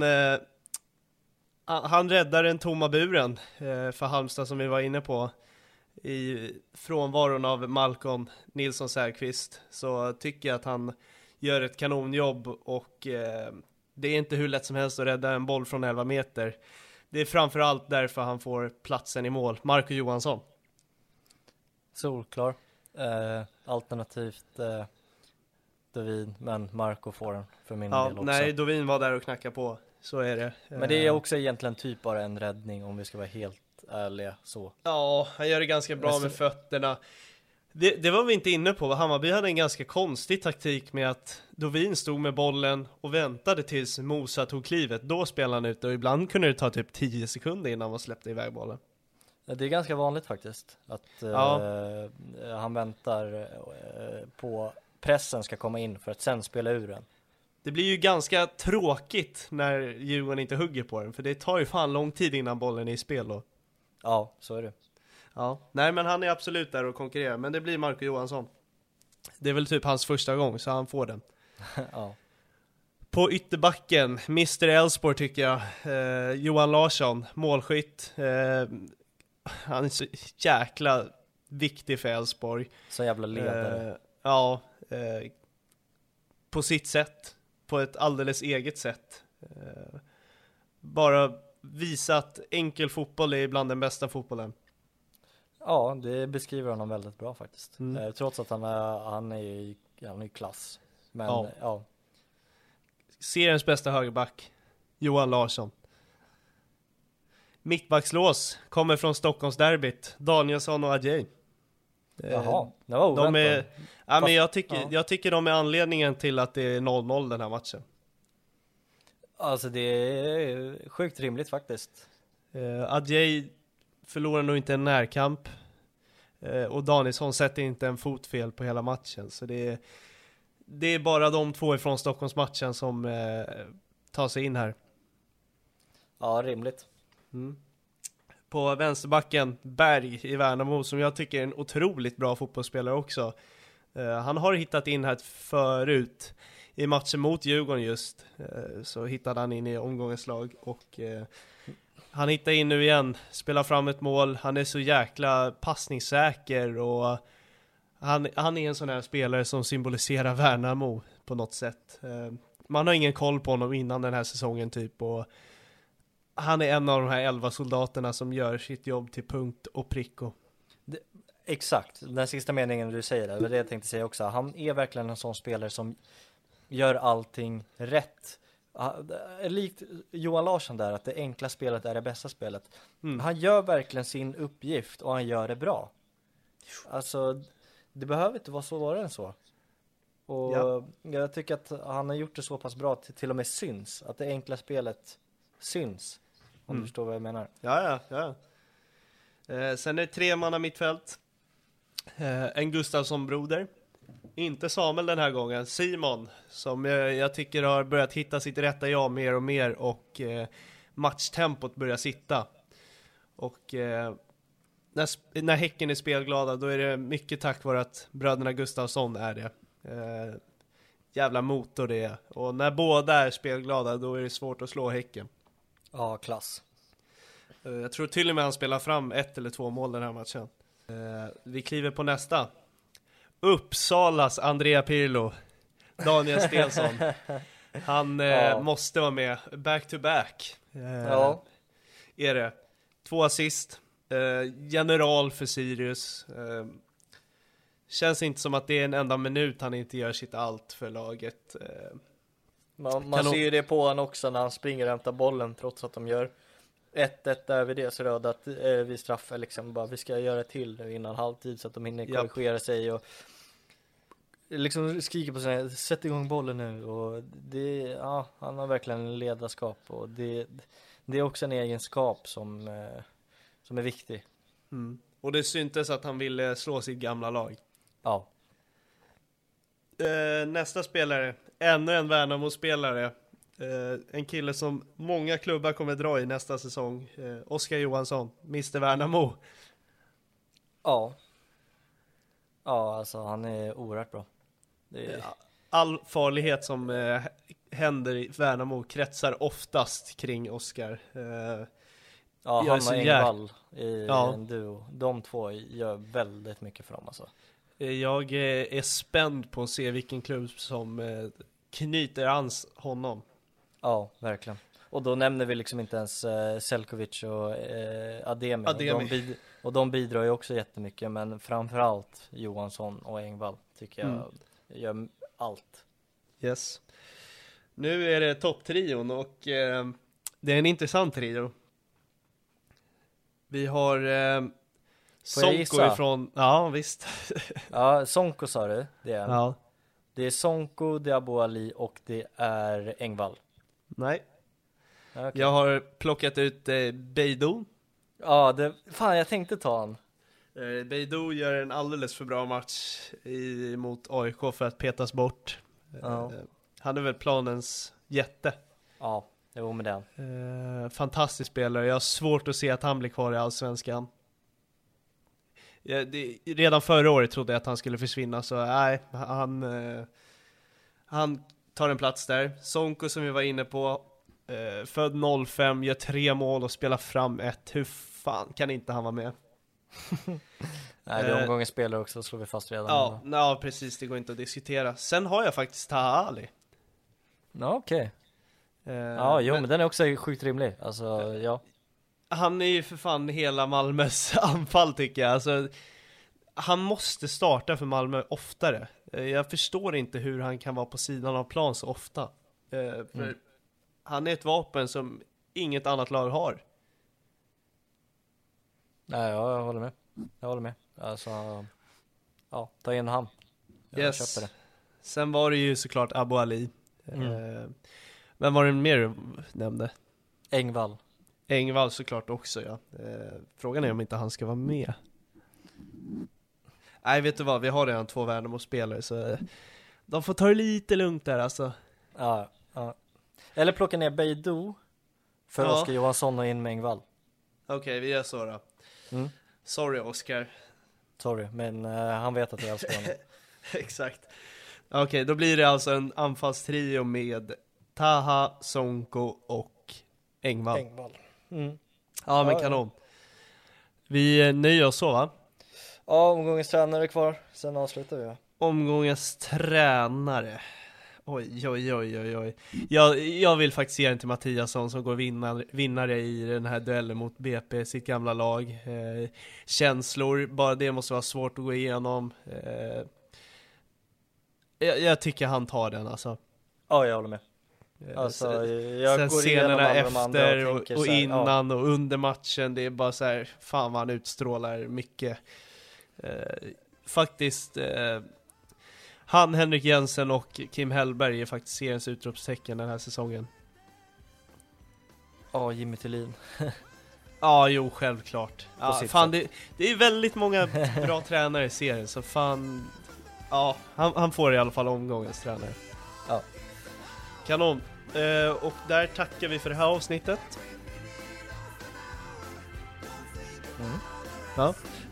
han räddar den tomma buren för Halmstad som vi var inne på. I frånvaron av Malcolm Nilsson Särqvist så tycker jag att han gör ett kanonjobb och det är inte hur lätt som helst att rädda en boll från 11 meter. Det är framförallt därför han får platsen i mål. Marco Johansson. Solklar. Alternativt Dovin, men Marco får den för min del också. Nej, Dovin var där och knackade på. Så är det. Men det är också egentligen typ bara en räddning om vi ska vara helt ärliga så. Ja, han gör det ganska bra med fötterna. Det var vi inte inne på. Hammarby hade en ganska konstig taktik med att Dovin stod med bollen och väntade tills Mosa tog klivet. Då spelade han ut och ibland kunde det ta typ 10 sekunder innan man släppte iväg bollen. Det är ganska vanligt faktiskt att han väntar på pressen ska komma in för att sen spela ur den. Det blir ju ganska tråkigt när Djurgården inte hugger på den, för det tar ju fan lång tid innan bollen är i spel då. Ja, så är det. Ja, nej men han är absolut där och konkurrerar, men det blir Marco Johansson. Det är väl typ hans första gång, så han får den. Ja. På ytterbacken, Mr. Elfsborg tycker jag. Johan Larsson, målskytt. Han är så jäkla viktig för Elfsborg. Så jävla ledare. På sitt sätt. På ett alldeles eget sätt. Bara visa att enkel fotboll är bland den bästa fotbollen. Ja, det beskriver honom väldigt bra faktiskt. Trots att han är i klass. Men ja. Seriens bästa högerback, Johan Larsson. Mittbackslås kommer från Stockholmsderbyt, Danielsson och Adjei. Jaha, det var oväntat. Men jag tycker de är anledningen till att det är 0-0 den här matchen. Alltså det är sjukt rimligt faktiskt. Adjei förlorar nog inte en närkamp. Och Danielsson sätter inte en fot fel på hela matchen. Så det är bara de två ifrån Stockholmsmatchen som tar sig in här. Ja, rimligt. På vänsterbacken Berg i Värnamo, som jag tycker är en otroligt bra fotbollsspelare också. Han har hittat in här förut i matchen mot Djurgården just. Så hittade han in i omgångens lag och han hittar in nu igen, spelar fram ett mål. Han är så jäkla passningssäker och han är en sån här spelare som symboliserar Värnamo på något sätt. Man har ingen koll på honom innan den här säsongen typ, och han är en av de här 11 soldaterna som gör sitt jobb till punkt och pricko. Exakt, den sista meningen du säger, det var det jag tänkte säga också. Han är verkligen en sån spelare som gör allting rätt. Likt Johan Larsson där, att det enkla spelet är det bästa spelet. Han gör verkligen sin uppgift och han gör det bra. Alltså, det behöver inte vara svårare än så. Och jag tycker att han har gjort det så pass bra till och med syns. Att det enkla spelet syns. Om du förstår vad jag menar. Ja. Sen är det 3 manna mittfält. En Gustafsson-broder. Inte Samuel den här gången. Simon, som jag tycker har börjat hitta sitt rätta jag mer och mer. Och matchtempot börjar sitta. Och när Häcken är spelglada, då är det mycket tack vare att bröderna Gustafsson är det. Jävla motor det är. Och när båda är spelglada, då är det svårt att slå Häcken. Ja, klass. Jag tror till och med han spelar fram 1 eller 2 mål den här matchen. Vi kliver på nästa. Uppsalas Andrea Pirlo. Daniel Stensson. Han måste vara med back to back. Ja. Är det 2 assist, general för Sirius. Känns inte som att det är en enda minut han inte gör sitt allt för laget. Man ser ju det på han också när han springer och hämtar bollen, trots att de gör 1-1 där vid det, så röda att vi straffar liksom bara, vi ska göra till innan halvtid så att de hinner korrigera sig och liksom skriker på sig, sätt igång bollen nu. Och det, ja, han har verkligen ledarskap, och det är också en egenskap som är viktig. Och det syntes att han ville slå sitt gamla lag. Ja. Nästa spelare, ännu en Värnamo-spelare. En kille som många klubbar kommer dra i nästa säsong. Oskar Johansson, Mr. Värnamo. Ja, alltså han är oerhört bra. All farlighet som händer i Värnamo kretsar oftast kring Oskar. Han och Engvall i en duo. De två gör väldigt mycket för dem alltså. Jag är spänd på att se vilken klubb som knyter ans honom. Ja, verkligen. Och då nämner vi liksom inte ens Selkovic och Ademi. Och de bidrar ju också jättemycket, men framförallt Johansson och Engvall tycker jag gör allt. Yes. Nu är det topptrion, och det är en intressant trio. Vi har Sonko ifrån... Ja, visst. Ja, Sonko sa du. Det är ja. Det är Sonko, det är Abu Ali och det är Engvall. Nej. Okay. Jag har plockat ut Beidou. Ja, fan jag tänkte ta han. Beidou gör en alldeles för bra match mot AIK för att petas bort. Han är väl planens jätte. Ja, det var med den. Fantastisk spelare. Jag har svårt att se att han blir kvar i Allsvenskan. Redan förra året trodde jag att han skulle försvinna, så nej, han tar en plats där. Sonko som vi var inne på, född 05, gör 3 mål och spelar fram 1. Hur fan kan inte han vara med? Nej, det är omgångens spelare också, slår vi fast redan. Ja, precis, det går inte att diskutera. Sen har jag faktiskt Taha Ali. Ja, okej. Men den är också sjukt rimlig. Alltså, ja. Han är ju för fan hela Malmös anfall tycker jag. Alltså, han måste starta för Malmö oftare. Jag förstår inte hur han kan vara på sidan av plan så ofta. För han är ett vapen som inget annat lag har. Nej, jag håller med. Alltså, ta in han. Jag köper det. Sen var det ju såklart Abu Ali. Men var det mer du nämnde? Engvall såklart också, ja. Frågan är om inte han ska vara med. Nej, vet du vad? Vi har redan 2 Värnamo-spelare, så de får ta det lite lugnt där, alltså. Ja. Eller plocka ner Beidou för Oskar Johansson och in med Engvall. Okej, vi gör så då. Sorry, Oskar. Sorry, men han vet att jag älskar honom. Exakt. Okej, då blir det alltså en anfallstrio med Taha, Sonko och Engvall. Ja, men kanon. Vi nöjer oss så, va? Ja, omgångens tränare är kvar. Sen avslutar vi. Omgångens tränare. Oj. Jag vill faktiskt ge den till Mattiasson som går vinnare i den här duellen mot BP, sitt gamla lag. Känslor, bara det måste vara svårt att gå igenom. Jag tycker han tar den, alltså. Ja, jag håller med. Alltså, jag sen går scenerna efter och här, innan och under matchen, det är bara så här, fan vad han utstrålar mycket. Faktiskt han, Henrik Jensen och Kim Hellberg är faktiskt seriens utropstecken den här säsongen. Ja, Jimmy Thulin. Ja, jo, självklart. Fan, det är väldigt många bra tränare i serien, så fan, han får i alla fall omgångens tränare. Ja. Kanon. Och där tackar vi för det här avsnittet. Ja.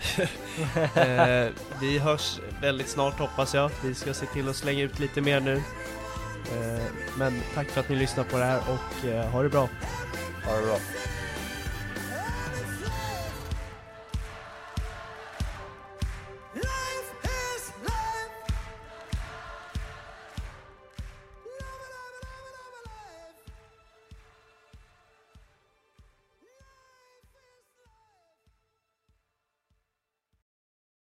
Vi hörs väldigt snart, hoppas jag. Vi ska se till att slänga ut lite mer nu. Men tack för att ni lyssnar på det här, och ha det bra. Ha det bra.